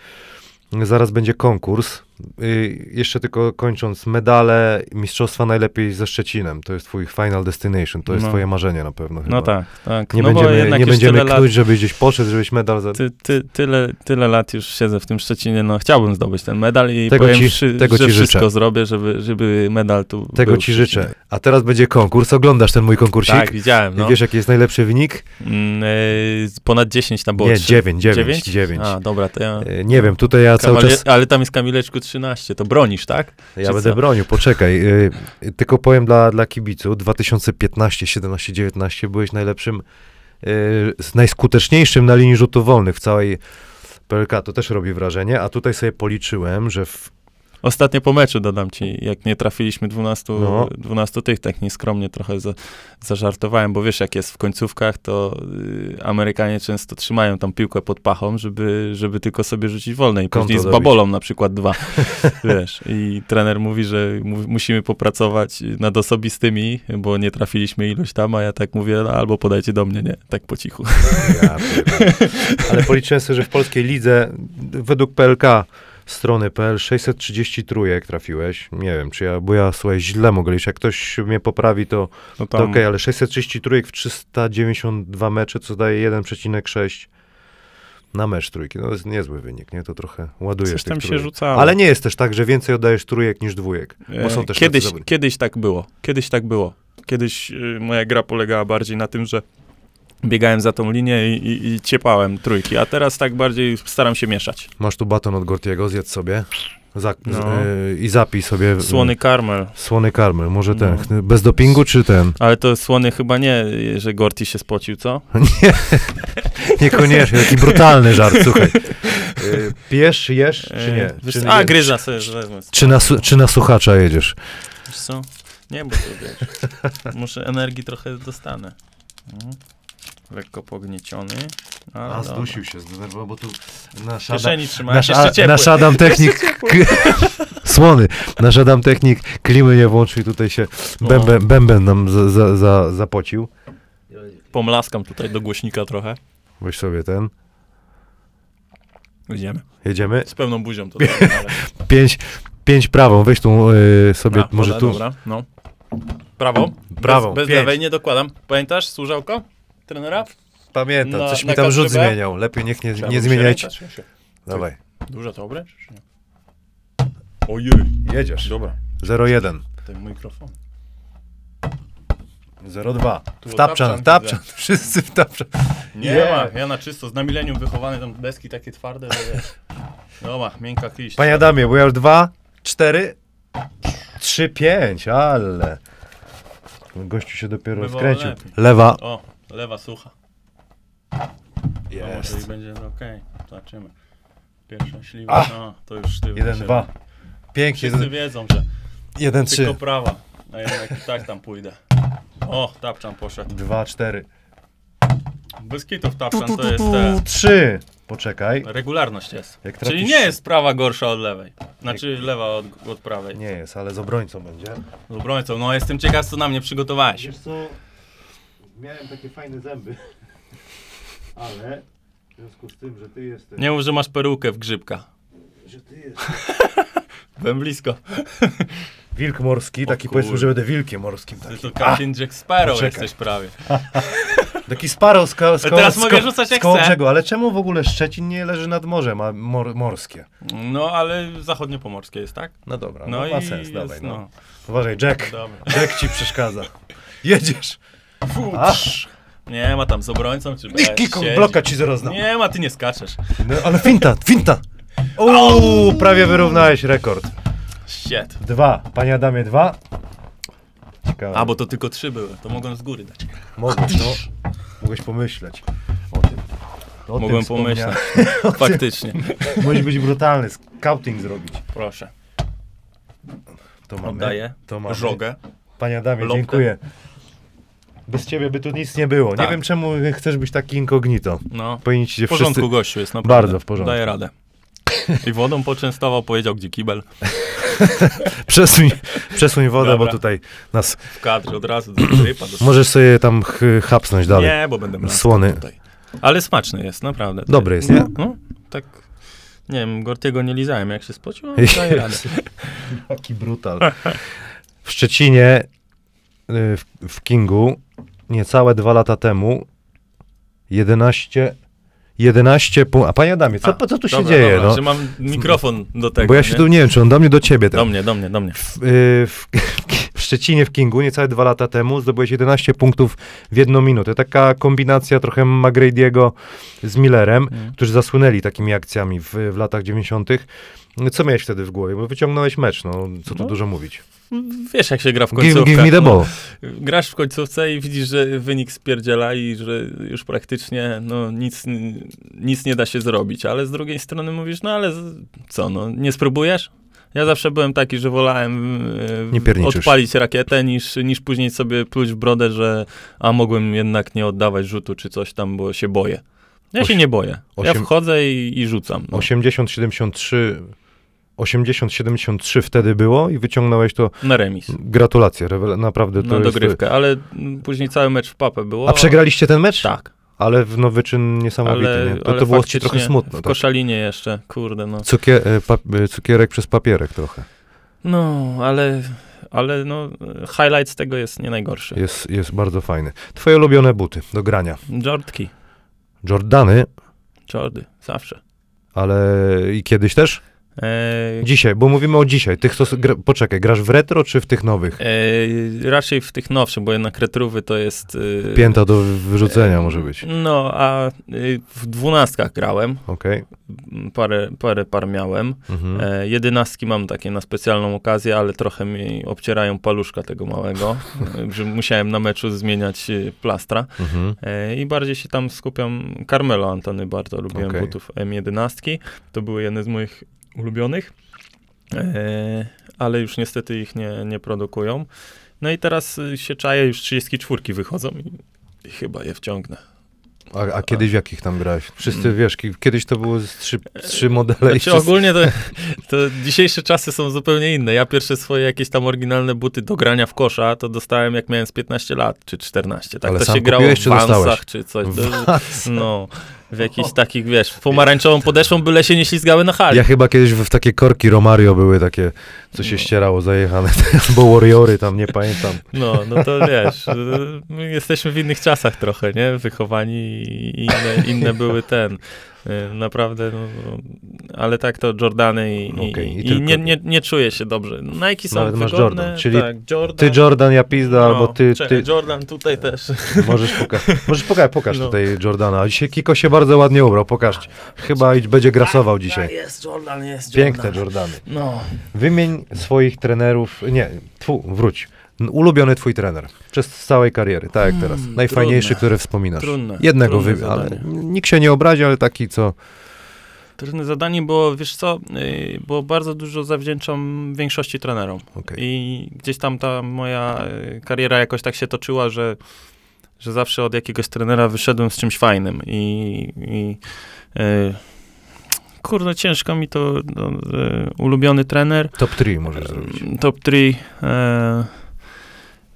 Zaraz będzie konkurs. Y, jeszcze tylko kończąc, medale Mistrzostwa najlepiej ze Szczecinem. To jest twój final destination, to jest No. twoje marzenie na pewno chyba. No tak, tak. Nie no bo będziemy, jednak nie już będziemy tyle knuć, lat, żebyś gdzieś poszedł, żebyś medal za... ty, ty, tyle, tyle lat już siedzę w tym Szczecinie, no chciałbym zdobyć ten medal i Tego powiem, ci- wszy, tego że ci wszystko życzę. zrobię, żeby, żeby medal tu Tego był w ci Szczecinie. życzę. A teraz będzie konkurs. Oglądasz ten mój konkursik? Tak, widziałem, I no. wiesz, jaki jest najlepszy wynik? Mm, y, ponad dziesięć tam było. Nie, trzy- dziewięć, dziewięć, dziewięć? dziewięć. A, dobra, to ja... E, Nie wiem, tutaj ja cały Kamale- czas... Ale tam jest Kamileczku trzynaście, to bronisz, tak? Ja Czy będę co? bronił, poczekaj. Y, y, tylko powiem dla, dla kibiców, dwa tysiące piętnaście, siedemnaście, dziewiętnaście byłeś najlepszym, y, z najskuteczniejszym na linii rzutów wolnych w całej P L K. To też robi wrażenie, a tutaj sobie policzyłem, że w, Ostatnio po meczu dodam ci, jak nie trafiliśmy dwunastu, No. dwunastu tych, tak nieskromnie trochę za, zażartowałem, bo wiesz, jak jest w końcówkach, to y, Amerykanie często trzymają tam piłkę pod pachą, żeby, żeby tylko sobie rzucić wolne i Konto później z dobić. babolą na przykład dwa, wiesz. I trener mówi, że mu, musimy popracować nad osobistymi, bo nie trafiliśmy iluś tam, a ja tak mówię, no, albo podajcie do mnie, nie, tak po cichu. ja, pierdolę. Ale policzyłem sobie, że w polskiej lidze według P L K strony P L sześćset trzydzieści trójek trafiłeś. Nie wiem, czy ja, bo ja słuchaj, źle mogę liczyć. Jak ktoś mnie poprawi, to, No to okej, ale sześćset trzydzieści trójek w trzysta dziewięćdziesiąt dwa mecze, co daje jeden przecinek sześć na mecz trójki. No to jest niezły wynik, nie? To trochę ładujesz coś tych tam się trójek. rzucało. Ale nie jest też tak, że więcej oddajesz trójek niż dwójek. Bo są E, też kiedyś, tacy zawodnicy. kiedyś tak było. Kiedyś tak było. Kiedyś y, moja gra polegała bardziej na tym, że biegałem za tą linię i, i, i ciepałem trójki, a teraz tak bardziej staram się mieszać. Masz tu baton od Gortiego, zjedz sobie za, No. z, y, i zapij sobie y, Słony karmel. słony karmel. Może ten, No. bez dopingu czy ten? Ale to słony chyba nie, że Gorty się spocił, co? Nie, niekoniecznie, taki brutalny żart, słuchaj. Y, pijesz, jesz, czy nie? E, wiesz Czy, co? A, nie- gryza sobie wezmę. czy, na, su- czy na słuchacza jedziesz? Wiesz co? Nie, bo to wiesz, muszę energii trochę dostanę. Mhm. Lekko pognieciony. Ale A, dobra. zdusił się, zdenerwował, bo tu W nasz Adam, kieszeni trzymałem, nasz, jeszcze a, ciepły. nasz Adam Technik, słony, nasz Adam Technik klimy nie włączył i tutaj się No. bęben, bęben nam za, za, za, zapocił. Pomlaskam tutaj do głośnika trochę. Weź sobie ten, Idziemy. jedziemy. Z pełną buzią to dobra, ale... Pięć, pięć prawą, weź tu y, sobie, A, może dobra, tu. Dobra, no. Prawo. Prawą, Bez, bez pięć. lewej nie dokładam. Pamiętasz służałko trenera? Pamiętam, Na- coś na mi tam rzut kadrzybę? zmieniał. Lepiej niech nie, Trzeba nie było zmieniajcie. się rękać, się- Dawaj, Duże to obręcz, czy nie? Ojej. jedziesz. Dobra. zero jeden, Ten mikrofon. zero dwa. Tu W tapczan, tapczan w tapczan. Wszyscy w tapczan. Nie Nie. ma, ja na czysto, z na milenium wychowany, tam deski takie twarde, że wiesz. Dobra, miękka kliść. Panie Adamie, bo ja już dwa, cztery, trzy, pięć, ale... Gościu się dopiero Bywało skręcił. lepiej. Lewa. O, lewa sucha. No, może Jest. i będzie okej, zobaczymy. Pierwsza śliwa, A! no, to już sztywno Jeden, się dwa. robi. Pięknie. Wszyscy wiedzą, że Jeden, tylko trzy. prawa, a jednak i tak tam pójdę. O, tapczan poszedł. Dwa, cztery. Bez kitów tapczan Tu, to tu, jest tu, te... Poczekaj. Poczekaj. Regularność jest. Jak Czyli trafisz- nie jest prawa gorsza od lewej. Znaczy lewa od, od prawej. Nie jest, ale z obrońcą będzie. Z obrońcą. No jestem ciekaw, co na mnie przygotowałeś. co, miałem takie fajne zęby, ale związku z tym, że ty jesteś... Nie mów, że masz perukę w grzybka. Że ty jesteś... Byłem blisko. Wilk morski, taki O powiedzmy, kurde. że będę wilkiem morskim. Ty Taki. to Captain Jack Sparrow poczekaj. jesteś prawie. Taki Sparrow z, ko- z, ko- Teraz z, mogę ko- rzucać z jak koło chcę. brzegu. Ale czemu w ogóle Szczecin nie leży nad morzem, a mor- morskie? No, ale zachodniopomorskie jest, tak? No dobra, No, no, i ma sens, jest, dawaj. No. no. Uważaj, Jack. Dobra. Jack ci przeszkadza. Jedziesz. A, Nie ma tam z obrońcą, czy bez, Kiko, siedzi. bloka ci zaraz znam. Nie ma, ty nie skaczesz. No, ale finta, finta. Uuu, prawie wyrównałeś rekord. Shit. Dwa. Panie Adamie, dwa. Ciekawe. A, bo to tylko trzy były, to mogłem z góry dać. Mogłeś, no. Mogłeś pomyśleć o tym. O Mogłem tym pomyśleć. wspomniałem. Faktycznie. Możesz być brutalny, scouting zrobić. Proszę. To mamy. Oddaję To mamy. żogę. Panie Adamie, Loptę. dziękuję. Bez ciebie by tu nic nie było. Tak. Nie wiem, czemu chcesz być taki incognito. No. Powinniście się W porządku wszyscy... gościu jest, naprawdę. Bardzo w porządku. Daję radę. I wodą poczęstował, powiedział, gdzie kibel. Przesuń, przesuń wodę, Dobra. bo tutaj nas... W kadrze od razu do rypa. Do... Możesz sobie tam ch- chapsnąć dalej. Nie, bo będę mlaskał Słony. tutaj. Ale smaczny jest, naprawdę. Dobry jest, nie? No, tak, nie wiem, Gortiego nie lizałem, jak się spocił, ale daję radę. Jaki brutal. W Szczecinie, y, w, w Kingu, niecałe dwa lata temu, jedenaście, jedenaście punktów. A panie Adamie, co, A, co tu się dobra, dzieje? Dobra, No? że mam mikrofon do tego, Bo ja się nie? tu nie wiem, czy on do mnie, do ciebie Do teraz. mnie, do mnie, do mnie. W, y, w, w Szczecinie, w Kingu, niecałe dwa lata temu zdobyłeś jedenaście punktów w jedną minutę. Taka kombinacja trochę McGrady'ego z Millerem, Mm. którzy zasłynęli takimi akcjami w, w latach dziewięćdziesiątych. Co miałeś wtedy w głowie? Bo wyciągnąłeś mecz, no co tu No. dużo mówić. Wiesz, jak się gra w Give, końcówkę. give me the ball. No, grasz w końcówce i widzisz, że wynik spierdziela i że już praktycznie no, nic, nic nie da się zrobić, ale z drugiej strony mówisz, no ale z- co, no nie spróbujesz? Ja zawsze byłem taki, że wolałem e, Nie pierniczysz. odpalić rakietę, niż, niż później sobie pluć w brodę, że a mogłem jednak nie oddawać rzutu czy coś tam, bo się boję. Ja się Osi- nie boję. Ja osiem- wchodzę i, i rzucam. No. osiemdziesiąt siedemdziesiąt trzy osiemdziesiąt siedemdziesiąt trzy wtedy było i wyciągnąłeś to. Na remis. Gratulacje, rewela- naprawdę to Na jest... dogrywkę, ale mm, później cały mecz w papę było. A przegraliście ten mecz? Tak. Ale w no, wyczyn niesamowity, Ale, nie? To, ale to było ci faktycznie trochę smutno. W Tak? Koszalinie jeszcze, kurde no. Cukier, e, pap- e, cukierek przez papierek trochę. No, ale, ale no, highlight z tego jest nie najgorszy. Jest, jest bardzo fajny. Twoje ulubione buty do grania. Jordki, Jordany, Jordy, zawsze. ale i kiedyś też? Eee, Dzisiaj, bo mówimy o dzisiaj. Tych, co, s- gra, poczekaj, grasz w retro czy w tych nowych? eee, raczej w tych nowszych, bo jednak retrówy to jest... Eee, Pięta do wyrzucenia może być. No, a y, w dwunastkach grałem, Okej. parę, parę par miałem. Mhm. E, jedenastki mam takie na specjalną okazję, ale trochę mi obcierają paluszka tego małego, e, że musiałem na meczu zmieniać e, plastra. Mhm. E, I bardziej się tam skupiam. Carmelo Antony bardzo lubiłem Okej. butów M jedenaście. To były jedne z moich ulubionych, e, ale już niestety ich nie, nie produkują. No i teraz y, się czaję, już trzydzieści cztery wychodzą i, i chyba je wciągnę. A, a kiedyś w jakich tam grałeś? Wszyscy, Mm. wiesz, ki- kiedyś to były z trzy, trzy modele i Znaczy wszyscy... ogólnie to, to dzisiejsze czasy są zupełnie inne. Ja pierwsze swoje jakieś tam oryginalne buty do grania w kosza to dostałem jak miałem z piętnaście lat, czy czternaście. Tak Ale to sam się grało kupiłeś, w czy dostałeś? Vansach, czy coś. W To, Vansach. no, w jakichś takich, wiesz, pomarańczową podeszwą byle się nie ślizgały na hali. Ja chyba kiedyś w, w takie korki Romario były takie, co się No. ścierało, zajechane. Bo Warriory tam, nie pamiętam. No, no to wiesz, y, my jesteśmy w innych czasach trochę, nie? Wychowani i inne, inne były ten. y, Naprawdę, no, no, ale tak to Jordany i, Okej, i i, i tylko- nie, nie, nie czuję się dobrze. Nike są Nawet masz wygodne. Jordan, czyli tak, Jordan, Ty Jordan, ja pizda, no, albo ty... czekaj, ty... Jordan tutaj też. Możesz pokazać, możesz pokazać, pokaż No. tutaj Jordana. A dzisiaj Kiko się bardzo ładnie ubrał, pokażcie. Chyba i będzie grasował dzisiaj. Tak, jest Jordan, jest Jordan. Piękne Jordany. No, Wymień swoich trenerów, nie, tfu, wróć. N- Ulubiony twój trener przez całej kariery, tak jak teraz. Mm, Najfajniejszy, trudne. który wspominasz. Trudne, Jednego trudne wy... ale zadanie. nikt się nie obrazi, ale taki, co... trudne zadanie, bo wiesz co, yy, bo bardzo dużo zawdzięczam większości trenerom. Okej. I gdzieś tam ta moja y, kariera jakoś tak się toczyła, że, że zawsze od jakiegoś trenera wyszedłem z czymś fajnym i, i y, kurde, ciężko mi to, no, y, ulubiony trener, Top trzy możesz zrobić. top trzy, y,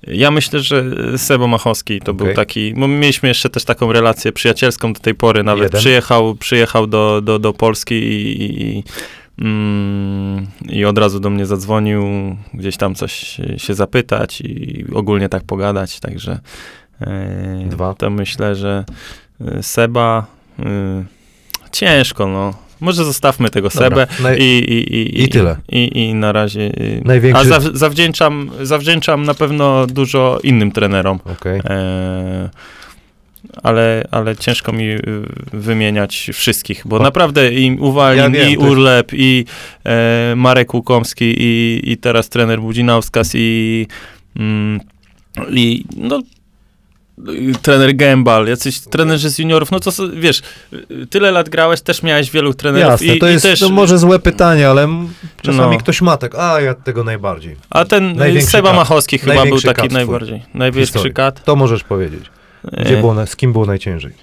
Ja myślę, że Sebo Machowski to Okay. był taki, bo mieliśmy jeszcze też taką relację przyjacielską do tej pory, nawet Jeden. przyjechał, przyjechał do, do, do Polski i, i, mm, i od razu do mnie zadzwonił, gdzieś tam coś się zapytać i ogólnie tak pogadać, także e, Dwa. to myślę, że Seba y, ciężko, no. Może zostawmy tego Dobra, Sebę naj- i, i, i, i tyle. I, i na razie. y, Największy- A zaw, zawdzięczam, zawdzięczam na pewno dużo innym trenerom. Okej. E, ale, ale ciężko mi y, wymieniać wszystkich, bo O. naprawdę i Uwalin, Ja wiem, i to jest- Urlep, i e, Marek Łukomski, i, i teraz trener Budzinauskas, i, mm, i no, i trener Gębal, jacyś trenerzy z juniorów, no to s- wiesz, y, tyle lat grałeś, też miałeś wielu trenerów. Jasne, i, to i jest też, no może złe pytanie, ale m- czasami No. ktoś ma tak, a ja tego najbardziej. A ten Największy Seba kat. Machowski chyba był Największy taki kat twój. najbardziej, największy Historii. kat. To możesz powiedzieć. Gdzie E, było, na- z kim było najciężej?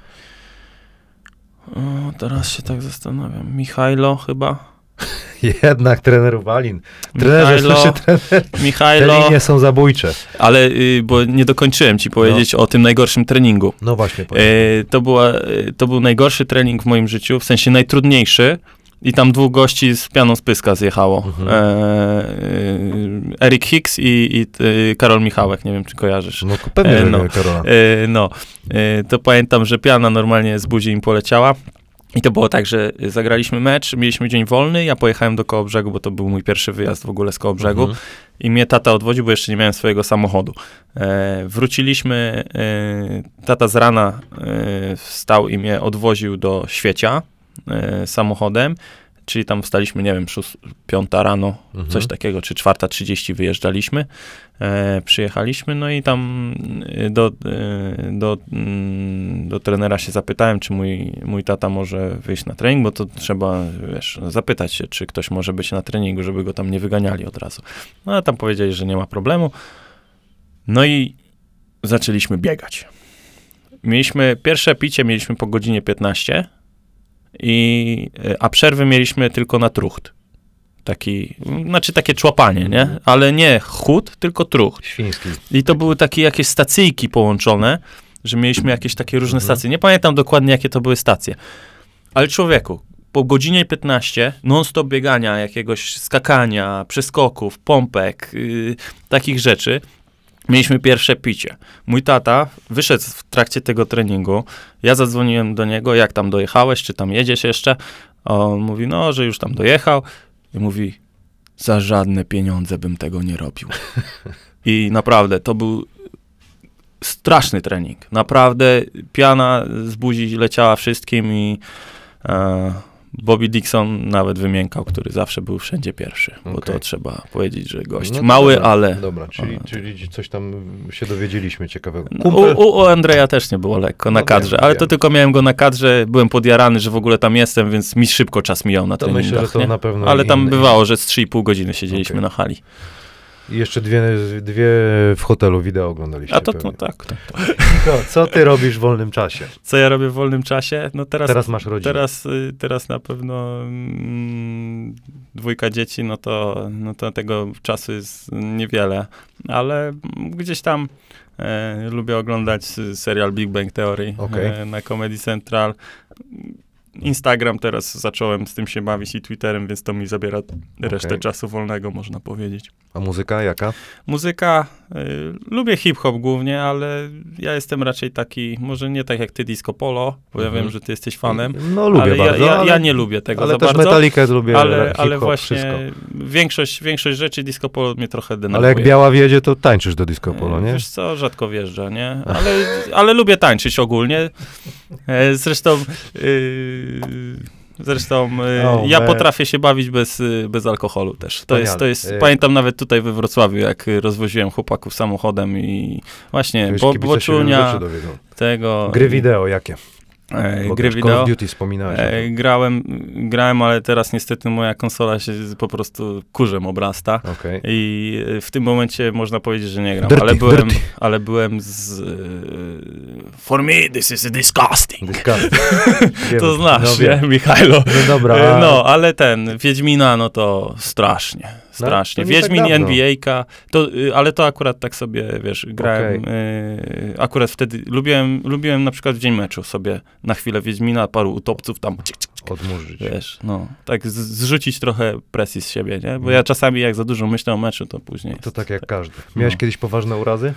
o, teraz się tak zastanawiam. Michajlo chyba. Jednak trener Uwalin. Trenerzy, Michajlo, słyszy, trener. Te Michajlo, linie są zabójcze. ale y, bo nie dokończyłem ci powiedzieć o tym najgorszym treningu. No właśnie. powiem. E, to, była, e, to był najgorszy trening w moim życiu, w sensie najtrudniejszy. I tam dwóch gości z pianą z pyska zjechało. Mhm. E, e, Eric Hicks i, i e, Karol Michałek, nie wiem czy kojarzysz. No pewnie, e, że no. nie, Karola. E, no, e, to pamiętam, że piana normalnie z buzi im poleciała. I to było tak, że zagraliśmy mecz, mieliśmy dzień wolny, ja pojechałem do Kołobrzegu, bo to był mój pierwszy wyjazd w ogóle z Kołobrzegu. Mhm. I mnie tata odwoził, bo jeszcze nie miałem swojego samochodu. E, wróciliśmy, e, tata z rana e, wstał i mnie odwoził do Świecia e, samochodem, czyli tam wstaliśmy, nie wiem, szóst, piąta rano, Mhm. coś takiego, czy czwarta trzydzieści wyjeżdżaliśmy, e, przyjechaliśmy, no i tam e, do, e, do, mm, do trenera się zapytałem, czy mój, mój tata może wyjść na trening, bo to trzeba, wiesz, zapytać się, czy ktoś może być na treningu, żeby go tam nie wyganiali od razu. No a tam powiedzieli, że nie ma problemu. No i zaczęliśmy biegać. Mieliśmy, pierwsze picie mieliśmy po godzinie piętnaście, i, a przerwy mieliśmy tylko na trucht. Taki, znaczy takie człapanie, nie? Ale nie chód, tylko trucht. Świński. I to były takie jakieś stacyjki połączone, że mieliśmy jakieś takie różne Mhm. stacje. Nie pamiętam dokładnie, jakie to były stacje. Ale człowieku, po godzinie piętnaście non-stop biegania, jakiegoś skakania, przeskoków, pompek, yy, takich rzeczy, mieliśmy pierwsze picie. Mój tata wyszedł w trakcie tego treningu, ja zadzwoniłem do niego, jak tam dojechałeś, czy tam jedziesz jeszcze? A on mówi, no, że już tam dojechał. I mówi, za żadne pieniądze bym tego nie robił. I naprawdę, to był straszny trening. Naprawdę piana z buzi leciała wszystkim i e, Bobby Dixon nawet wymiękał, który zawsze był wszędzie pierwszy, bo Okej. to trzeba powiedzieć, że gość No to mały, dobra, ale... Dobra, czyli, ale- czyli coś tam się dowiedzieliśmy ciekawego. No, Kumpel, u, u Andrzeja też nie było lekko na No kadrze, wiem, ale wiem. to tylko miałem go na kadrze, byłem podjarany, że w myślę, że tam jestem, więc mi szybko czas mijał na to treningach, myślę, że to nie? na pewno Ale tam inny- bywało, że z trzy i pół godziny siedzieliśmy Okej. na hali. I jeszcze dwie, dwie w hotelu wideo oglądaliście. A to, pewnie. no tak, tak. Co, co ty robisz w wolnym czasie? Co ja robię w wolnym czasie? No teraz, Teraz masz rodzinę. teraz, y, teraz na pewno mm, dwójka dzieci, no to, no to tego czasu jest niewiele, ale gdzieś tam e, lubię oglądać serial Big Bang Theory Okej. e, na Comedy Central. Instagram teraz zacząłem z tym się bawić i Twitterem, więc to mi zabiera resztę Okej. czasu wolnego, można powiedzieć. A muzyka jaka? Muzyka, y, lubię hip-hop głównie, ale ja jestem raczej taki, może nie tak jak ty Disco Polo, bo ja Mhm. wiem, że ty jesteś fanem, No lubię ale bardzo, ja, ja, ale, ja nie lubię tego ale za też bardzo. Metallicę lubię, ale, hip-hop, ale właśnie wszystko. większość, większość rzeczy Disco Polo mnie trochę denerwuje. Ale jak Biała wiedzie, to tańczysz do disco polo, E, nie? Wiesz co, rzadko wjeżdża, nie? Ale, ale lubię tańczyć ogólnie. E, Zresztą... y, Zresztą y, Oh, ja man. potrafię się bawić bez, y, bez alkoholu też. To jest, to jest, Wspaniale. pamiętam nawet tutaj we Wrocławiu, jak y, rozwoziłem chłopaków samochodem i właśnie Wiesz, bo, kibice się wielu Boczunia, rzeczy dowiedzą. tego... Gry wideo jakie? E, Bo gry też Call wideo. of Duty wspominałeś. o E, tym. grałem, grałem, ale teraz niestety moja konsola się po prostu kurzem obrasta. Okej. I w tym momencie można powiedzieć, że nie gram, Dirty, ale byłem, dirty. ale byłem z... y, For me this is disgusting. Disgusting. Wiem. To znasz, no, nie, wiem. Michajlo? No dobra. E, a- No, ale ten, Wiedźmina, no to strasznie, strasznie. to nie tak Wiedźmin, dawno. N B A-ka, to, y, ale to akurat tak sobie, wiesz, grałem, Okej. y, akurat wtedy lubiłem, lubiłem na przykład w dzień meczu sobie na chwilę Wiedźmina, paru utopców tam, cik, cik, cik, Odmurzyć. wiesz, no, tak z, zrzucić trochę presji z siebie, nie? Bo Mhm. ja czasami jak za dużo myślę o meczu, to później To jest, tak jak każdy. Miałeś No. kiedyś poważne urazy?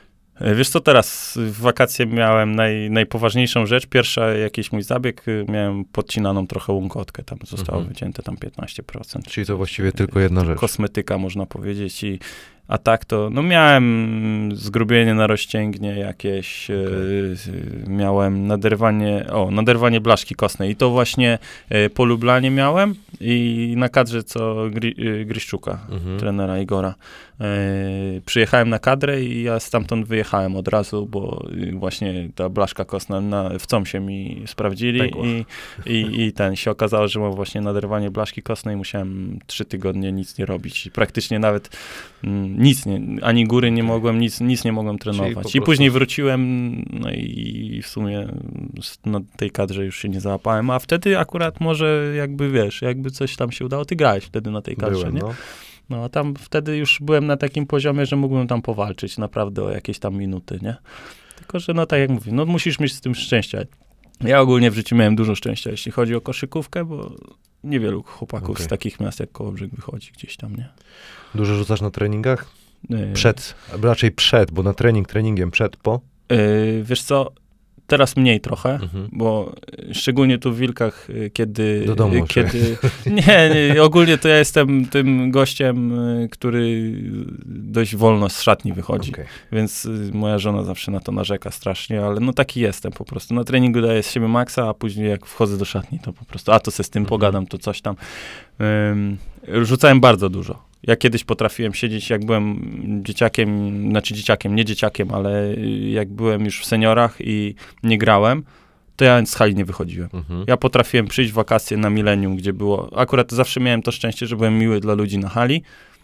E, Wiesz co, teraz w wakacje miałem naj, najpoważniejszą rzecz. Pierwsza jakiś mój zabieg, y, miałem podcinaną trochę łąkotkę, tam zostało Mhm. wycięte tam piętnaście procent. Czyli to właściwie tylko jedna rzecz. Kosmetyka, można powiedzieć. I, a tak to, no miałem zgrubienie na rozcięgnie jakieś, Okej. e, miałem naderwanie, o, naderwanie blaszki kostnej i to właśnie e, po Lublanie miałem i na kadrze co Gri, e, Griszczuka, Mhm. trenera Igora. E, przyjechałem na kadrę i ja stamtąd wyjechałem od razu, bo y, właśnie ta blaszka kostna na, w comsie mi sprawdzili Pękła. i, i, i ten się okazało, że mam właśnie naderwanie blaszki kostnej, musiałem trzy tygodnie nic nie robić. I praktycznie nawet mm, nic, nie, ani góry nie mogłem, nic, nic nie mogłem trenować. po I prostu- później wróciłem, no i w sumie z- na tej kadrze już się nie załapałem, a wtedy akurat może jakby, wiesz, jakby coś tam się udało, ty grałeś wtedy na tej kadrze, Byłem, nie? no. No a tam wtedy już byłem na takim poziomie, że mógłbym tam powalczyć naprawdę o jakieś tam minuty, nie? Tylko, że no tak jak mówię, no musisz mieć z tym szczęścia. Ja ogólnie w życiu miałem dużo szczęścia, jeśli chodzi o koszykówkę, bo niewielu chłopaków Okej. z takich miast jak Kołobrzeg wychodzi gdzieś tam, nie? Dużo rzucasz na treningach? Yy, Przed, albo raczej przed, bo na trening treningiem przed, po? Yy, wiesz co, teraz mniej trochę, Mhm. bo y, szczególnie tu w Wilkach, y, kiedy... Do domu y, muszę. kiedy nie, nie, ogólnie to ja jestem tym gościem, y, który dość wolno z szatni wychodzi. Okej. Więc y, moja żona zawsze na to narzeka strasznie, ale no taki jestem po prostu. Na treningu daję z siebie maksa, a później jak wchodzę do szatni, to po prostu, a to se z tym Mhm. pogadam, to coś tam. Ym, rzucałem bardzo dużo. Ja kiedyś potrafiłem siedzieć, jak byłem dzieciakiem, znaczy dzieciakiem, nie dzieciakiem, ale y, jak byłem już w seniorach i nie grałem, to ja z hali nie wychodziłem. Mhm. Ja potrafiłem przyjść w wakacje na Millennium, gdzie było, akurat zawsze miałem to szczęście, że byłem miły dla ludzi na hali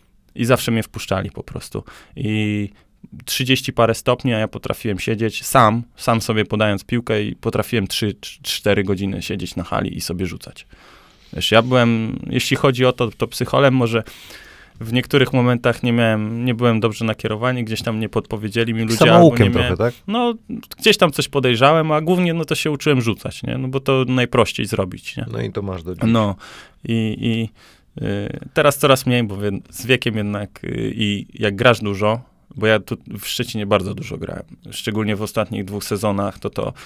i zawsze mnie wpuszczali po prostu. I trzydzieści parę stopni, a ja potrafiłem siedzieć sam, sam sobie podając piłkę i potrafiłem trzy cztery godziny siedzieć na hali i sobie rzucać. Wiesz, ja byłem, jeśli chodzi o to, to psycholem może w niektórych momentach nie miałem, nie byłem dobrze nakierowany, gdzieś tam nie podpowiedzieli mi ludzie, albo nie Samoukiem miałem, trochę, tak? no, gdzieś tam coś podejrzałem, a głównie no to się uczyłem rzucać, nie? No bo to najprościej zrobić, nie? No i to masz do dziś. No i, i y, teraz coraz mniej, bo wie, z wiekiem jednak y, i jak grasz dużo, bo ja tu w Szczecinie bardzo dużo grałem, szczególnie w ostatnich dwóch sezonach, to to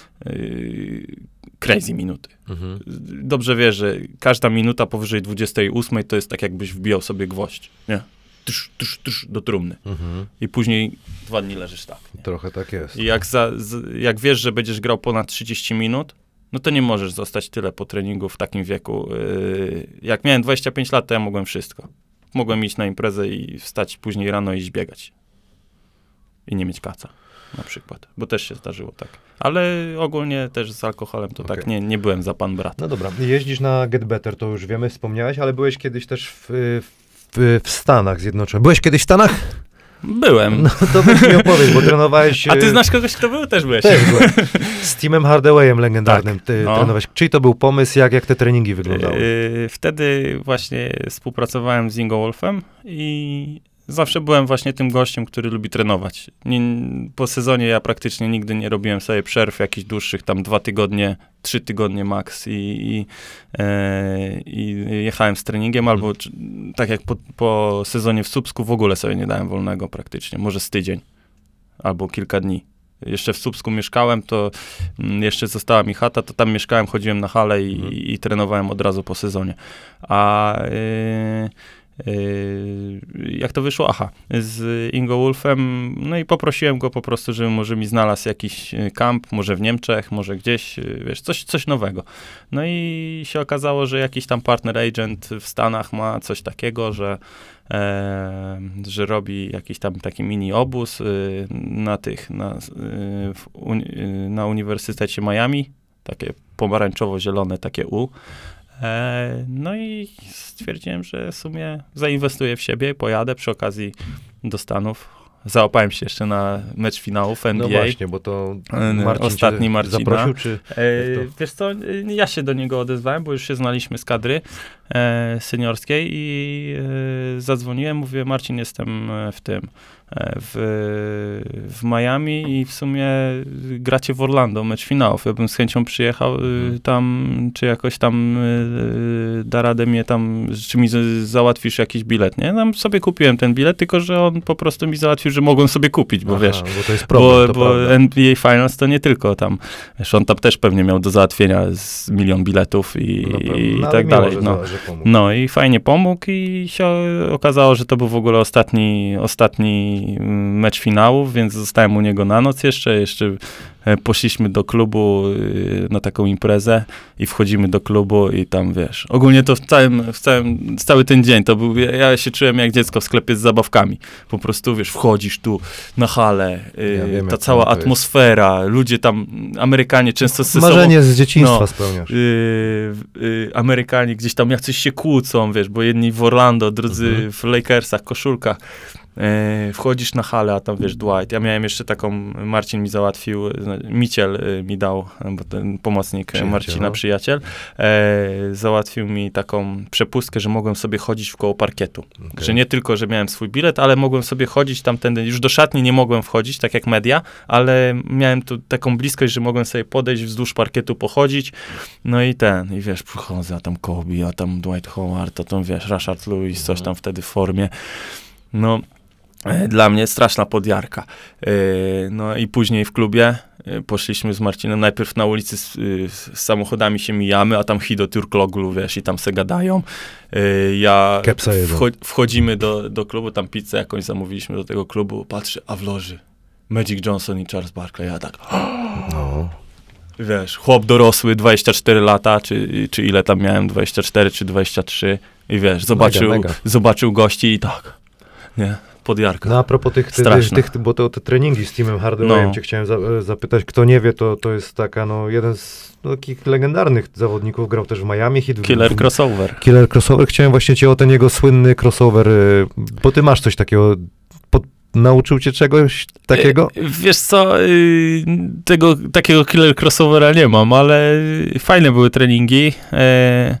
y, crazy minuty. Mhm. Dobrze wiesz, że każda minuta powyżej dwudziestej ósmej to jest tak jakbyś wbijał sobie gwoźdź, nie? Tusz, tusz, tusz do trumny. Mhm. I później dwa dni leżysz tak. Nie? Trochę tak jest. I jak, za, z, jak wiesz, że będziesz grał ponad trzydzieści minut, no to nie możesz zostać tyle po treningu w takim wieku. Yy, jak miałem dwadzieścia pięć lat, to ja mogłem wszystko. Mogłem iść na imprezę i wstać później rano i iść biegać. I nie mieć kaca, na przykład. Bo też się zdarzyło tak. Ale ogólnie też z alkoholem to Okej. tak nie, nie byłem za pan brat. No dobra, jeździsz na Get Better, to już wiemy, wspomniałeś, ale byłeś kiedyś też w, w, w Stanach Zjednoczonych. Byłeś kiedyś w Stanach? Byłem. No to weź mi opowiedz, bo trenowałeś... A ty e, znasz kogoś, kto był? Też byłeś. Też byłem. Z Timem Hardawayem legendarnym Tak, ty no. trenowałeś. Czyj to był pomysł, jak, jak te treningi wyglądały? Yy, wtedy właśnie współpracowałem z Ingo Wolfem i zawsze byłem właśnie tym gościem, który lubi trenować. Nie, po sezonie ja praktycznie nigdy nie robiłem sobie przerw jakichś dłuższych, tam dwa tygodnie, trzy tygodnie max i, i, e, i jechałem z treningiem, albo czy, tak jak po, po sezonie w Słupsku w ogóle sobie nie dałem wolnego praktycznie, może z tydzień albo kilka dni. Jeszcze w Słupsku mieszkałem, to mm, jeszcze została mi chata, to tam mieszkałem, chodziłem na halę i, Mhm. i trenowałem od razu po sezonie. A yy, yy, jak to wyszło? Aha, z Ingo Wolfem, no i poprosiłem go po prostu, żeby może mi znalazł jakiś y, kamp, może w Niemczech, może gdzieś, y, wiesz, coś, coś nowego. No i się okazało, że jakiś tam partner agent w Stanach ma coś takiego, że E, że robi jakiś tam taki mini obóz y, na tych, na, y, w uni, y, na Uniwersytecie Miami, takie pomarańczowo-zielone, takie U. E, no i stwierdziłem, że w sumie zainwestuję w siebie, pojadę przy okazji do Stanów. załapałem się jeszcze na mecz finałów N B A. No właśnie, bo to Marcin Ostatni Marcina. zaprosił, czy... E, wiesz co, ja się do niego odezwałem, bo już się znaliśmy z kadry e, seniorskiej i e, zadzwoniłem, mówię, Marcin, jestem w tym, e, w, w Miami i w sumie gracie w Orlando, mecz finałów. Ja bym z chęcią przyjechał e, tam, czy jakoś tam e, da radę mnie tam, czy mi z, załatwisz jakiś bilet, nie? Tam sobie kupiłem ten bilet, tylko że on po prostu mi załatwił, że mogłem sobie kupić, bo Aha, wiesz, bo to jest problem, bo, to bo prawda. N B A Finals to nie tylko tam, wiesz, on tam też pewnie miał do załatwienia z milion biletów i, No pewnie. i No, ale tak miło, dalej. że No. za- że pomógł. no i fajnie pomógł i się okazało, że to był w ogóle ostatni, ostatni mm, mecz finałów, więc zostałem u niego na noc jeszcze, jeszcze e, poszliśmy do klubu y, na taką imprezę i wchodzimy do klubu i tam, wiesz, ogólnie to w całym, w całym, cały ten dzień to był, ja, ja się czułem jak dziecko w sklepie z zabawkami. Po prostu, wiesz, wchodzisz tu na halę, y, Ja wiem, ta jak cała to jest. atmosfera, ludzie tam, Amerykanie często ze sobą... Marzenie z dzieciństwa no, spełniasz. y, y, Amerykanie gdzieś tam jacyś się kłócą, wiesz, bo jedni w Orlando, drudzy Mhm. w Lakersach, koszulkach. E, wchodzisz na halę, a tam, wiesz, Dwight. Ja miałem jeszcze taką, Marcin mi załatwił, zna- Miciel y, mi dał, bo ten pomocnik Przyjaciel, Marcina, no. przyjaciel, e, załatwił mi taką przepustkę, że mogłem sobie chodzić w koło parkietu. Okej. Że nie tylko, że miałem swój bilet, ale mogłem sobie chodzić tamtędy. Już do szatni nie mogłem wchodzić, tak jak media, ale miałem tu taką bliskość, że mogłem sobie podejść wzdłuż parkietu, pochodzić. No i ten, i wiesz, przychodzę, a tam Kobe, a tam Dwight Howard, a tam, wiesz, Rashard Lewis, coś tam wtedy w formie. No, e, dla mnie straszna podjarka. E, No i później w klubie e, poszliśmy z Marcinem, najpierw na ulicy z, y, z samochodami się mijamy, a tam Hido Turkloglu, wiesz, i tam se gadają. E, Ja Kepsa jedzą. wcho- wchodzimy do, do klubu, tam pizzę jakąś zamówiliśmy do tego klubu, patrzę, a w loży Magic Johnson i Charles Barkley, ja tak, No. wiesz, chłop dorosły, dwadzieścia cztery lata, czy, czy ile tam miałem, dwadzieścia cztery czy dwadzieścia trzy i wiesz, zobaczył, mega. zobaczył gości i tak, nie, podjarka. No a propos tych, tych, Straszne. tych bo to te treningi z Timem Hardawayem, No. cię chciałem za, zapytać, kto nie wie, to, to jest taka, no, jeden z no, takich legendarnych zawodników, grał też w Miami Heat. w- Killer w- crossover. Killer crossover. Chciałem właśnie cię o ten jego słynny crossover, y, bo ty masz coś takiego, pod, nauczył cię czegoś takiego? E, Wiesz co, y, tego takiego killer crossovera nie mam, ale fajne były treningi e,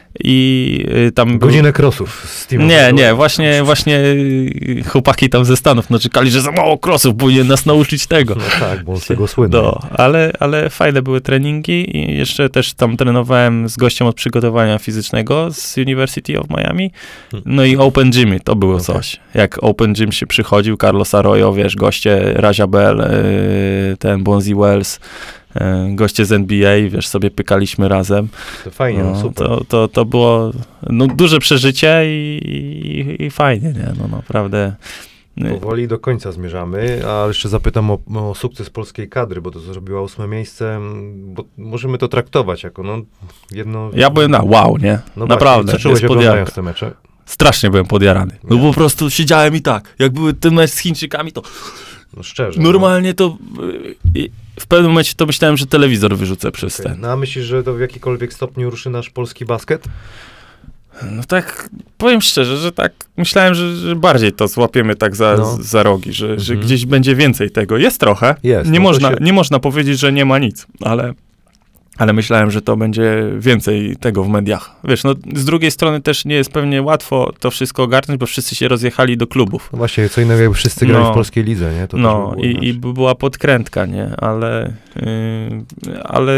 i y, tam... był- Godzinę crossów z Timem Nie, Hardawayem. nie, właśnie, właśnie y, chłopaki tam ze Stanów narzekali, że za mało crossów, powinien nas nauczyć tego. No tak, bo on z tego słynął. No, ale, ale fajne były treningi i jeszcze też tam trenowałem z gościem od przygotowania fizycznego z University of Miami. No i Open Gymy, to było Okay. coś. Jak Open Gym się przychodził, Carlos Arroyo, wiesz, goście Raja Bell, yy, ten Bonzi Wells, yy, goście z N B A, wiesz, sobie pykaliśmy razem. To fajnie, no, No, super. to, to, to było no, duże przeżycie i, i, i fajnie, nie? No naprawdę. Powoli do końca zmierzamy, a jeszcze zapytam o, o sukces polskiej kadry, bo to zrobiła ósme miejsce, m, bo możemy to traktować jako no, jedno... Ja byłem na wow, nie? no Naprawdę. Właśnie, co czułeś jest oglądając podjarka. te mecze? Strasznie byłem podjarany. No Nie. po prostu siedziałem i tak, jak były ten mecz z Chińczykami, to No szczerze. normalnie to y, w pewnym momencie to myślałem, że telewizor wyrzucę przez No. Okay. ten. No a myślisz, że to w jakikolwiek stopniu ruszy nasz polski basket? No tak, powiem szczerze, że tak myślałem, że, że bardziej to złapiemy tak za, No. za rogi, że, że Mhm. gdzieś będzie więcej tego. Jest trochę. Jest, Nie, no to można, się- nie można powiedzieć, że nie ma nic, ale, ale myślałem, że to będzie więcej tego w mediach. Wiesz, no z drugiej strony też nie jest pewnie łatwo to wszystko ogarnąć, bo wszyscy się rozjechali do klubów. No właśnie, co innego jakby wszyscy grali No. w polskiej lidze, nie? To No też by było i, inaczej. i by była podkrętka, nie? Ale, yy, ale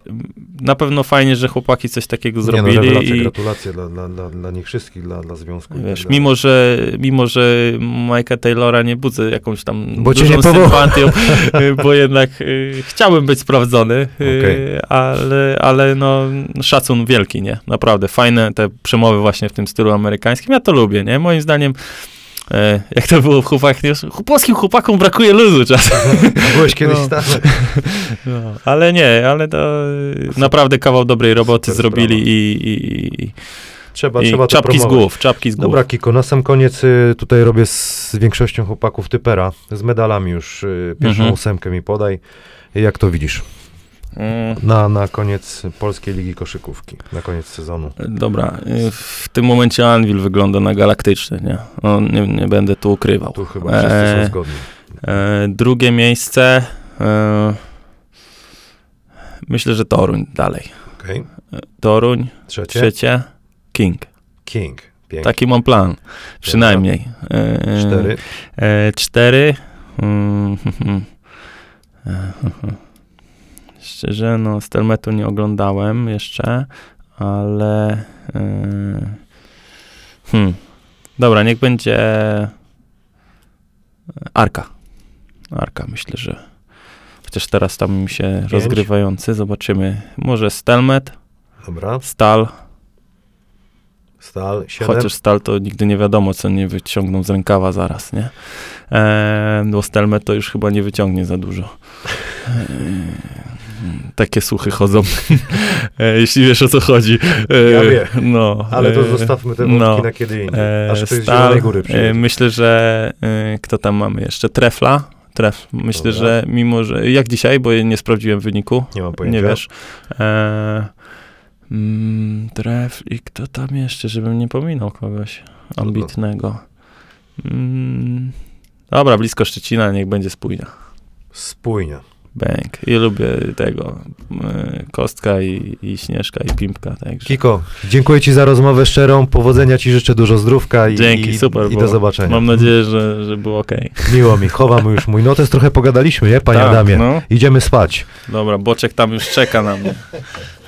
na pewno fajnie, że chłopaki coś takiego Nie, no, zrobili. rewelacja, i, gratulacje dla, dla, dla, dla nich wszystkich, dla, dla związku. i tak Wiesz, dalej. mimo że, mimo, że Mike'a Taylora nie budzę jakąś tam Bo cię dużą nie powoła. sympatią, y, bo jednak y, chciałbym być sprawdzony, y, Okej. ale, ale no szacun wielki, nie? Naprawdę fajne te przemowy właśnie w tym stylu amerykańskim. Ja to lubię, nie? Moim zdaniem e, jak to było w chłopakach, nie? Polskim chłopakom brakuje luzu czasem. Byłeś kiedyś No. w Stanach. No, ale nie, ale to y, naprawdę kawał dobrej roboty Super zrobili sprawa. i, i, i, Trzeba, i trzeba to czapki z promować. głów, czapki z głów. Dobra, Kiko, na sam koniec y, tutaj robię z większością chłopaków typera, z medalami już. Y, pierwszą Mhm. ósemkę mi podaj. Jak to widzisz? Mm. Na, na koniec Polskiej Ligi Koszykówki, na koniec sezonu. Dobra, y, w tym momencie Anvil wygląda na galaktyczny, nie? O, nie, nie będę tu ukrywał. Tu chyba wszyscy E, są zgodni. e, drugie miejsce, e, myślę, że Toruń dalej. Okay. Toruń, Trzecie? trzecie, King. King. Pięknie. Taki mam plan, przynajmniej. E, Cztery. E, cztery. Mm, Szczerze, no, Stelmetu nie oglądałem jeszcze, ale... Yy, hmm. Dobra, niech będzie Arka. Arka, myślę, że... Chociaż teraz tam mi się Pięć. rozgrywający, zobaczymy. Może Stelmet, Dobra. Stal, Stal. Siedem. chociaż Stal to nigdy nie wiadomo, co nie wyciągną z rękawa zaraz, nie? E, bo Stelmet to już chyba nie wyciągnie za dużo. E, takie słuchy chodzą, e, jeśli wiesz, o co chodzi. E, Ja wiem, no, ale to e, zostawmy te wątki no, na kiedy indziej. e, Aż ktoś z Stal, Zielonej Góry przyjedzie. e, myślę, że e, kto tam mamy jeszcze? Trefla. Tref. Myślę, Dobra. że mimo, że jak dzisiaj, bo nie sprawdziłem wyniku. Nie mam pojęcia. Nie wiesz. E, mm, Tref i kto tam jeszcze, żebym nie pominął kogoś ambitnego. Mm, dobra, blisko Szczecina, niech będzie Spójnia. Spójnia. Bęk. I lubię tego e, Kostka i, i Śnieżka i Pimpka. Także. Kiko, dziękuję ci za rozmowę szczerą, powodzenia ci życzę, dużo zdrówka i, Dzięki, i, super i było. do zobaczenia. Mam nadzieję, że, że było okej. Miło mi, chowam już mój notes, trochę pogadaliśmy, nie, panie Tak, Adamie? no. Idziemy spać. Dobra, Boczek tam już czeka na mnie.